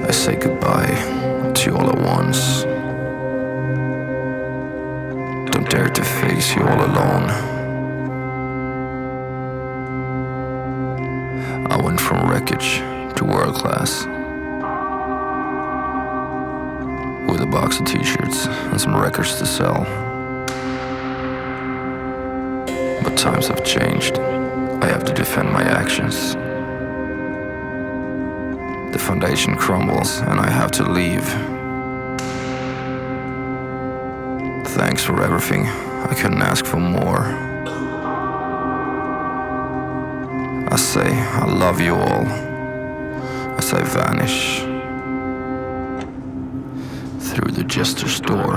I say goodbye to you all at once. Don't dare to face you all alone. I went from wreckage to world class with a box of t-shirts and some records to sell. But times have changed. I have to defend my actions. The foundation crumbles and I have to leave. Thanks for everything. I couldn't ask for more. I say I love you all as I vanish through the jester's door.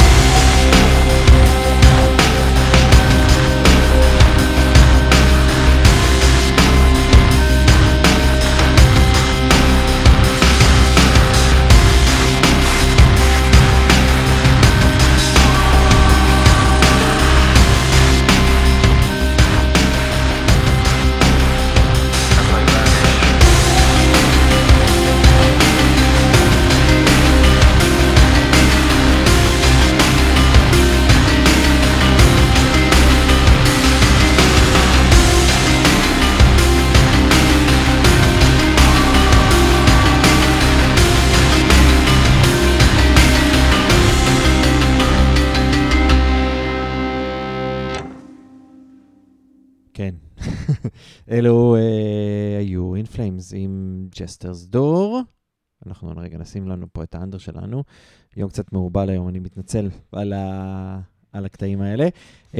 כן. אלו היו In Flames עם Jester's Door. אנחנו רגע נשים לנו פה את האנדר שלנו. יום קצת מעובל היום, אני מתנצל על הקטעים האלה.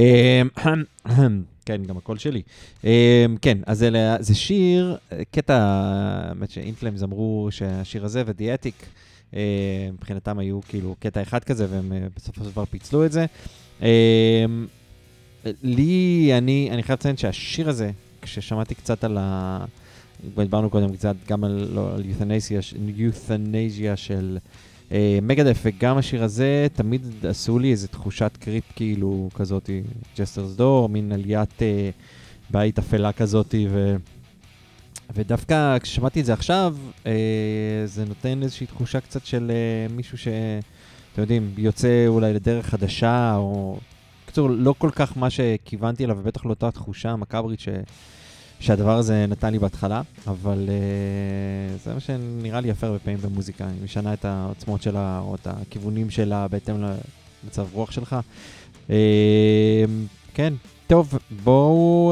כן, גם הקול שלי. כן, אז זה שיר, קטע, באמת ש-In Flames אמרו שהשיר הזה ו-The Attic, מבחינתם היו כאילו קטע אחד כזה, והם בסופו של דבר פיצלו את זה. לי, אני חייב לציין שהשיר הזה, כששמעתי קצת על דיברנו קודם קצת גם על יות'נזיה של מגדף, וגם השיר הזה תמיד עשו לי איזו תחושת קריפ כאילו כזאת, Jester's Door, מין עליית בית אפלה כזאת, ודווקא כששמעתי את זה עכשיו, זה נותן איזושהי תחושה קצת של מישהו שאתם יודעים, יוצא אולי לדרך חדשה, או קצור, לא כל כך מה שכיוונתי אליו, ובטח לא אותה תחושה מקברית שהדבר הזה נתן לי בהתחלה, אבל זה מה שנראה לי יפה הרבה פעמים במוזיקה, היא משנה את העוצמות שלה, או את הכיוונים שלה, בהתאם למצב רוח שלך. כן, טוב, בואו,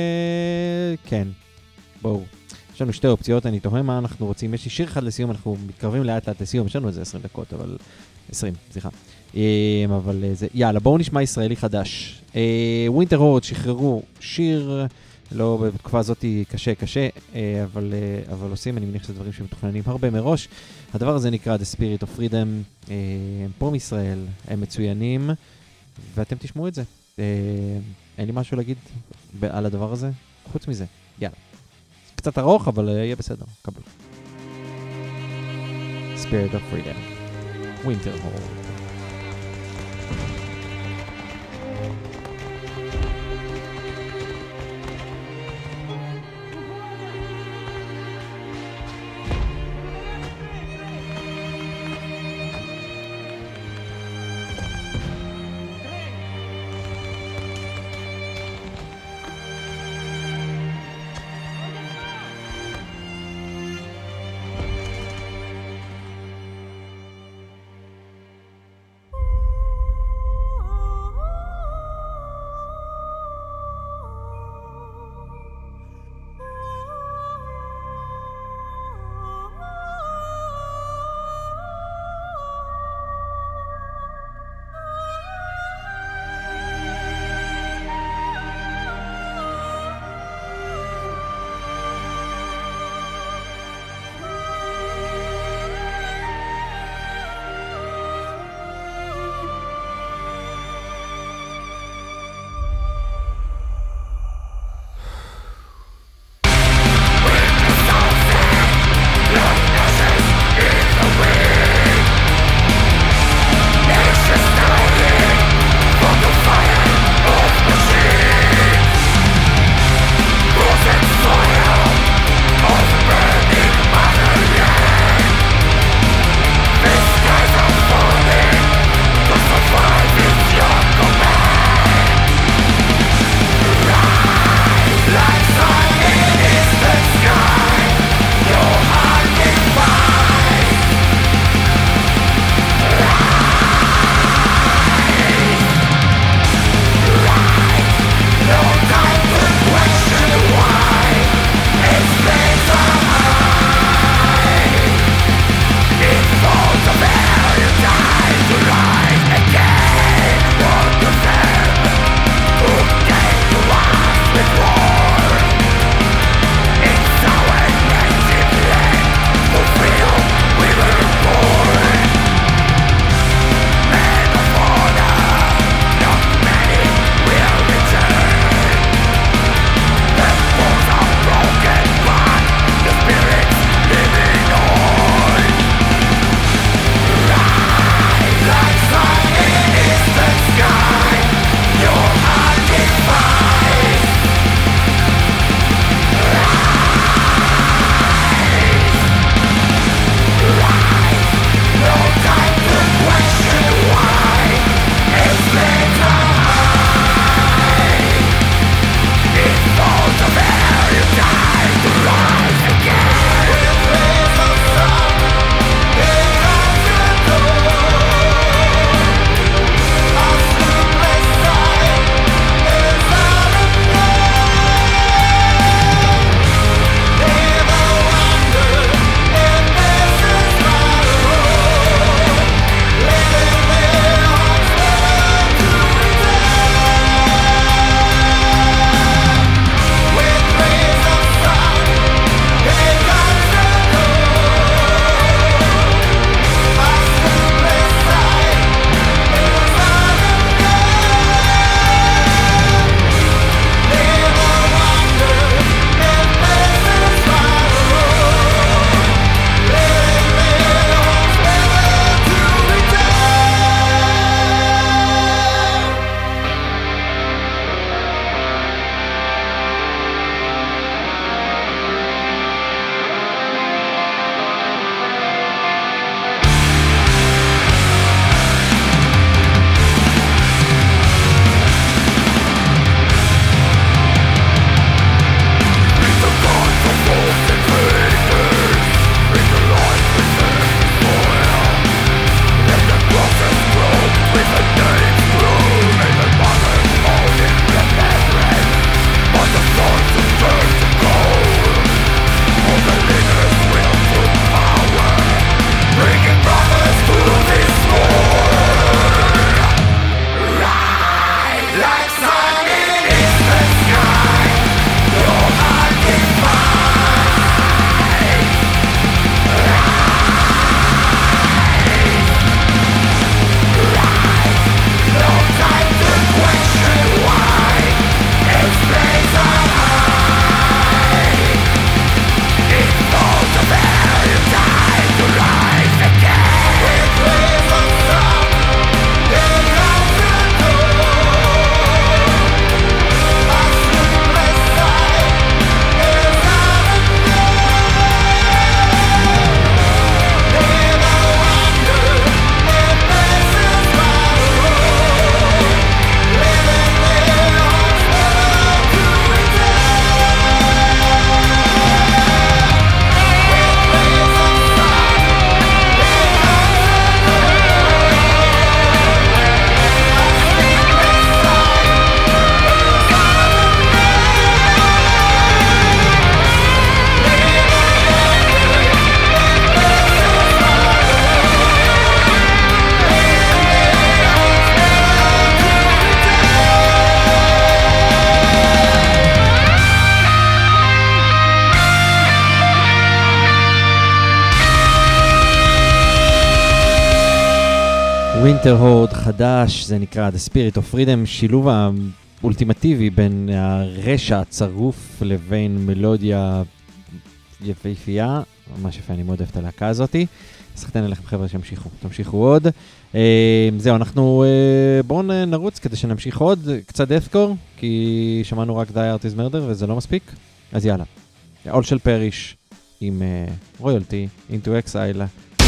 בואו. יש לנו שתי אופציות, אני תוהה מה אנחנו רוצים, יש לי שיר אחד לסיום, אנחנו מתקרבים לאט לאט לסיום, יש לנו איזה 20 דקות, אבל 20, סליחה. אבל זה, יאללה, בואו נשמע ישראלי חדש. ווינטר הורד שחררו שיר, לא בתקופה הזאת קשה, אבל עושים, אני מניח שזה דברים שמתוכננים הרבה מראש. הדבר הזה נקרא The Spirit of Freedom, הם פה מישראל, הם מצוינים, ואתם תשמעו את זה. אין לי משהו להגיד על הדבר הזה, חוץ מזה, יאללה. קצת ארוך, אבל יהיה בסדר, קבלו. Spirit of Freedom, Winter Horde. ווינטר הורד חדש, זה נקרא The Spirit of Freedom, שילוב האולטימטיבי בין הרשע הצרוף לבין מלודיה יפהפייה, ממש יפה, אני מאוד אוהבת הלהקה הזאתי. סחטן אליכם חבר'ה שהמשיכו, תמשיכו עוד. זהו, אנחנו בואו נרוץ כדי שנמשיך עוד, קצת דאת'קור, כי שמענו רק Die Art is Murder וזה לא מספיק, אז יאללה. All Shall Perish עם Royalty Into Exile.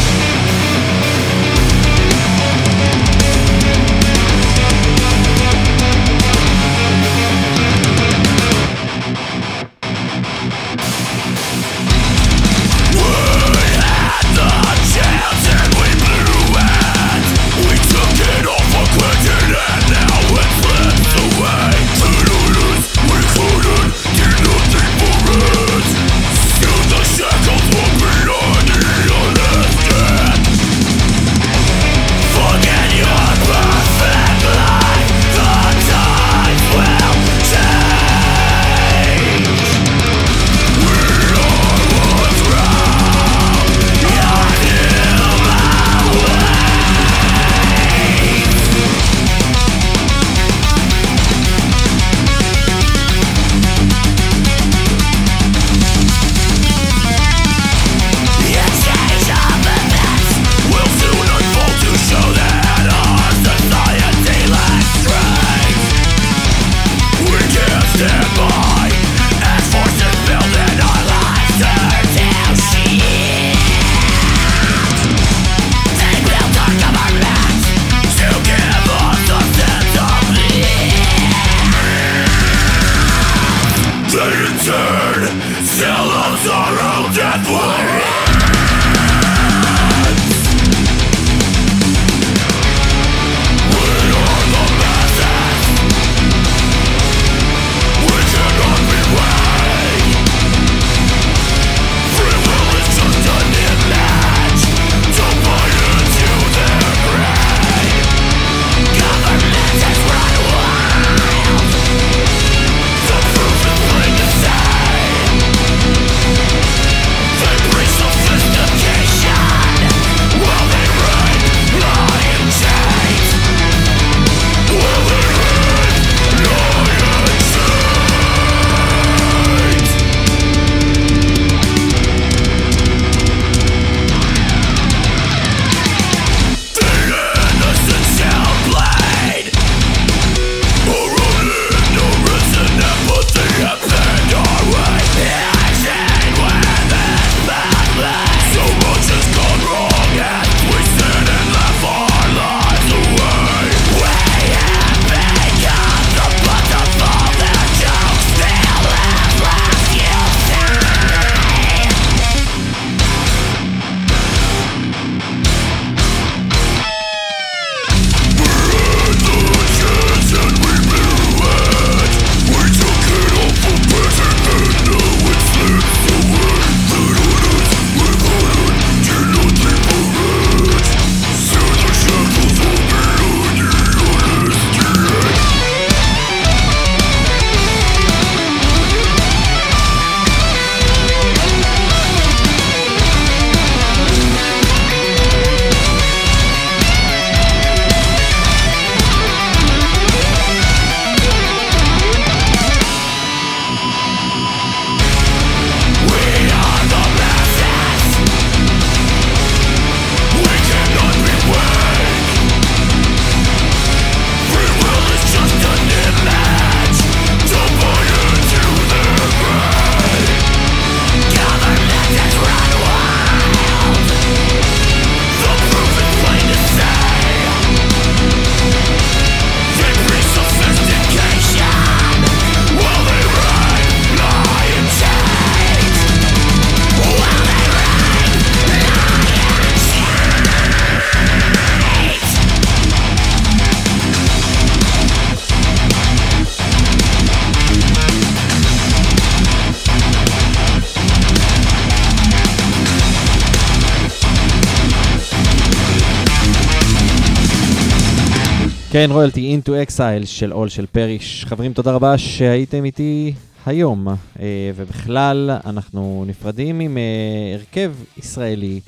כן, רויאלטי Into Exile של All Shall Perish. חברים, תודה רבה שהייתם איתי היום, ובכלל אנחנו נפרדים עם הרכב ישראלי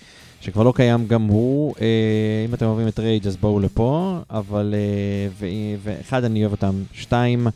שכבר לא קיים גם הוא. אם אתם אוהבים את רייג' אז בואו לפה, אבל ואחד, אני אוהב אותם. 2,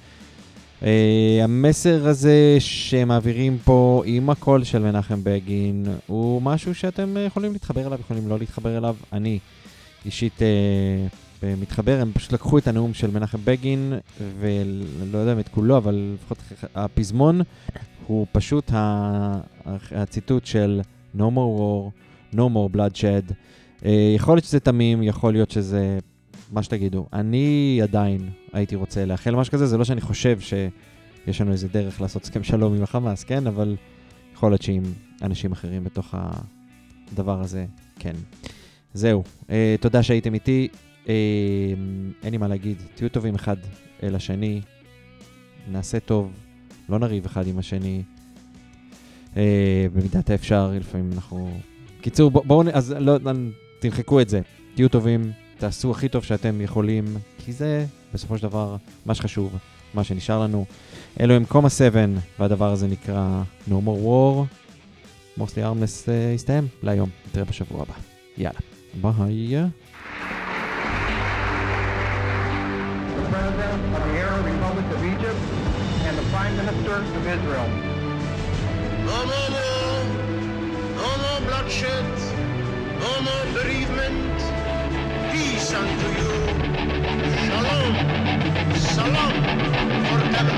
המסר הזה שמעבירים פה עם הקול של מנחם בגין, הוא משהו שאתם יכולים להתחבר אליו, יכולים לא להתחבר אליו. אני אישית מתחבר, הם פשוט לקחו את הנאום של מנחם בגין, ולא יודע את כולו, אבל לפחות הפזמון הוא פשוט הציטוט של No more war, no more bloodshed. יכול להיות שזה תמים, יכול להיות שזה מה שתגידו. אני עדיין הייתי רוצה לאחל משהו כזה, זה לא שאני חושב שיש לנו איזה דרך לעשות הסכם שלום עם החמאס, כן? אבל יכול להיות שעם אנשים אחרים בתוך הדבר הזה, כן. זהו, תודה שהייתם איתי. אין לי מה להגיד, תהיו טובים אחד אל השני, נעשה טוב, לא נריב אחד עם השני, במידת האפשר, לפעמים אנחנו... קיצור, בואו, אז לא, תמחקו את זה, תהיו טובים, תעשו הכי טוב שאתם יכולים, כי זה בסופו של דבר מה שחשוב, מה שנשאר לנו. אלו הם קומה 7, והדבר הזה נקרא No More War. Mostly Harmless הסתיים להיום, נתראה בשבוע הבא. יאללה, ביי. President of the Arab Republic of Egypt and the Prime Minister of Israel. No more war, no more bloodshed, no more bereavement. Peace unto you. Shalom, salam forever.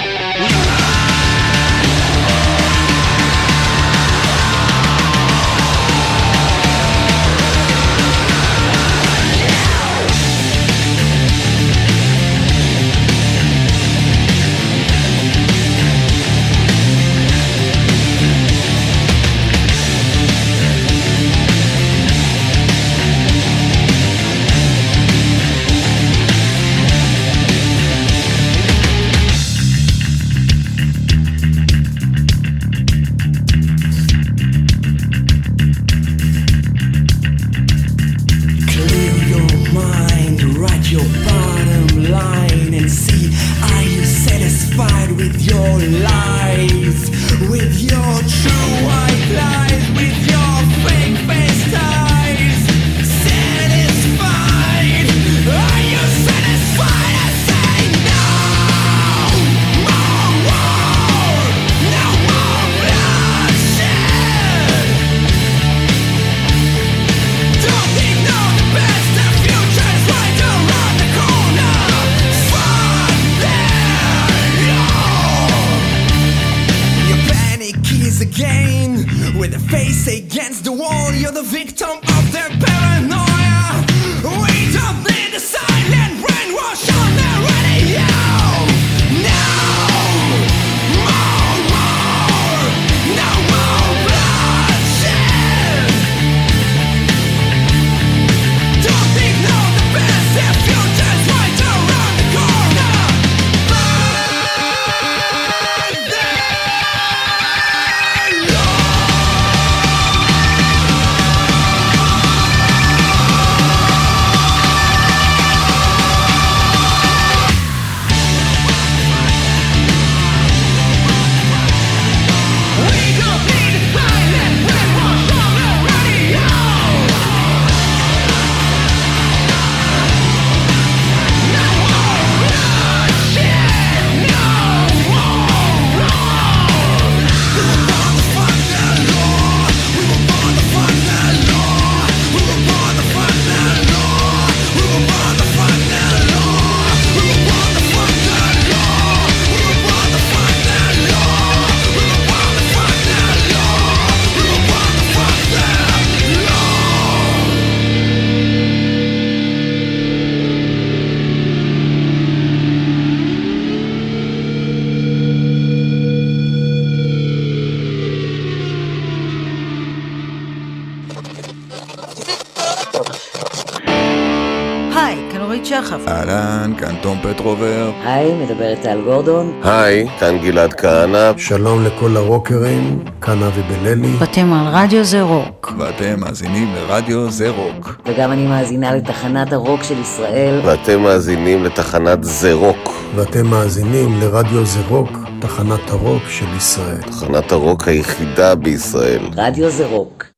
אהלן, כאן תום פטרובר. היי, מדברת טל גורדון. היי, כאן גלעד כהנא. שלום לכל הרוקרים, כאן אבי בללי. ואתם על רדיו זה רוק. ואתם מאזינים לרדיו זה רוק. וגם אני מאזינה לתחנת הרוק של ישראל. ואתם מאזינים לתחנת זה רוק. ואתם מאזינים לרדיו זה רוק, תחנת הרוק של ישראל. תחנת הרוק היחידה בישראל. רדיו זה רוק.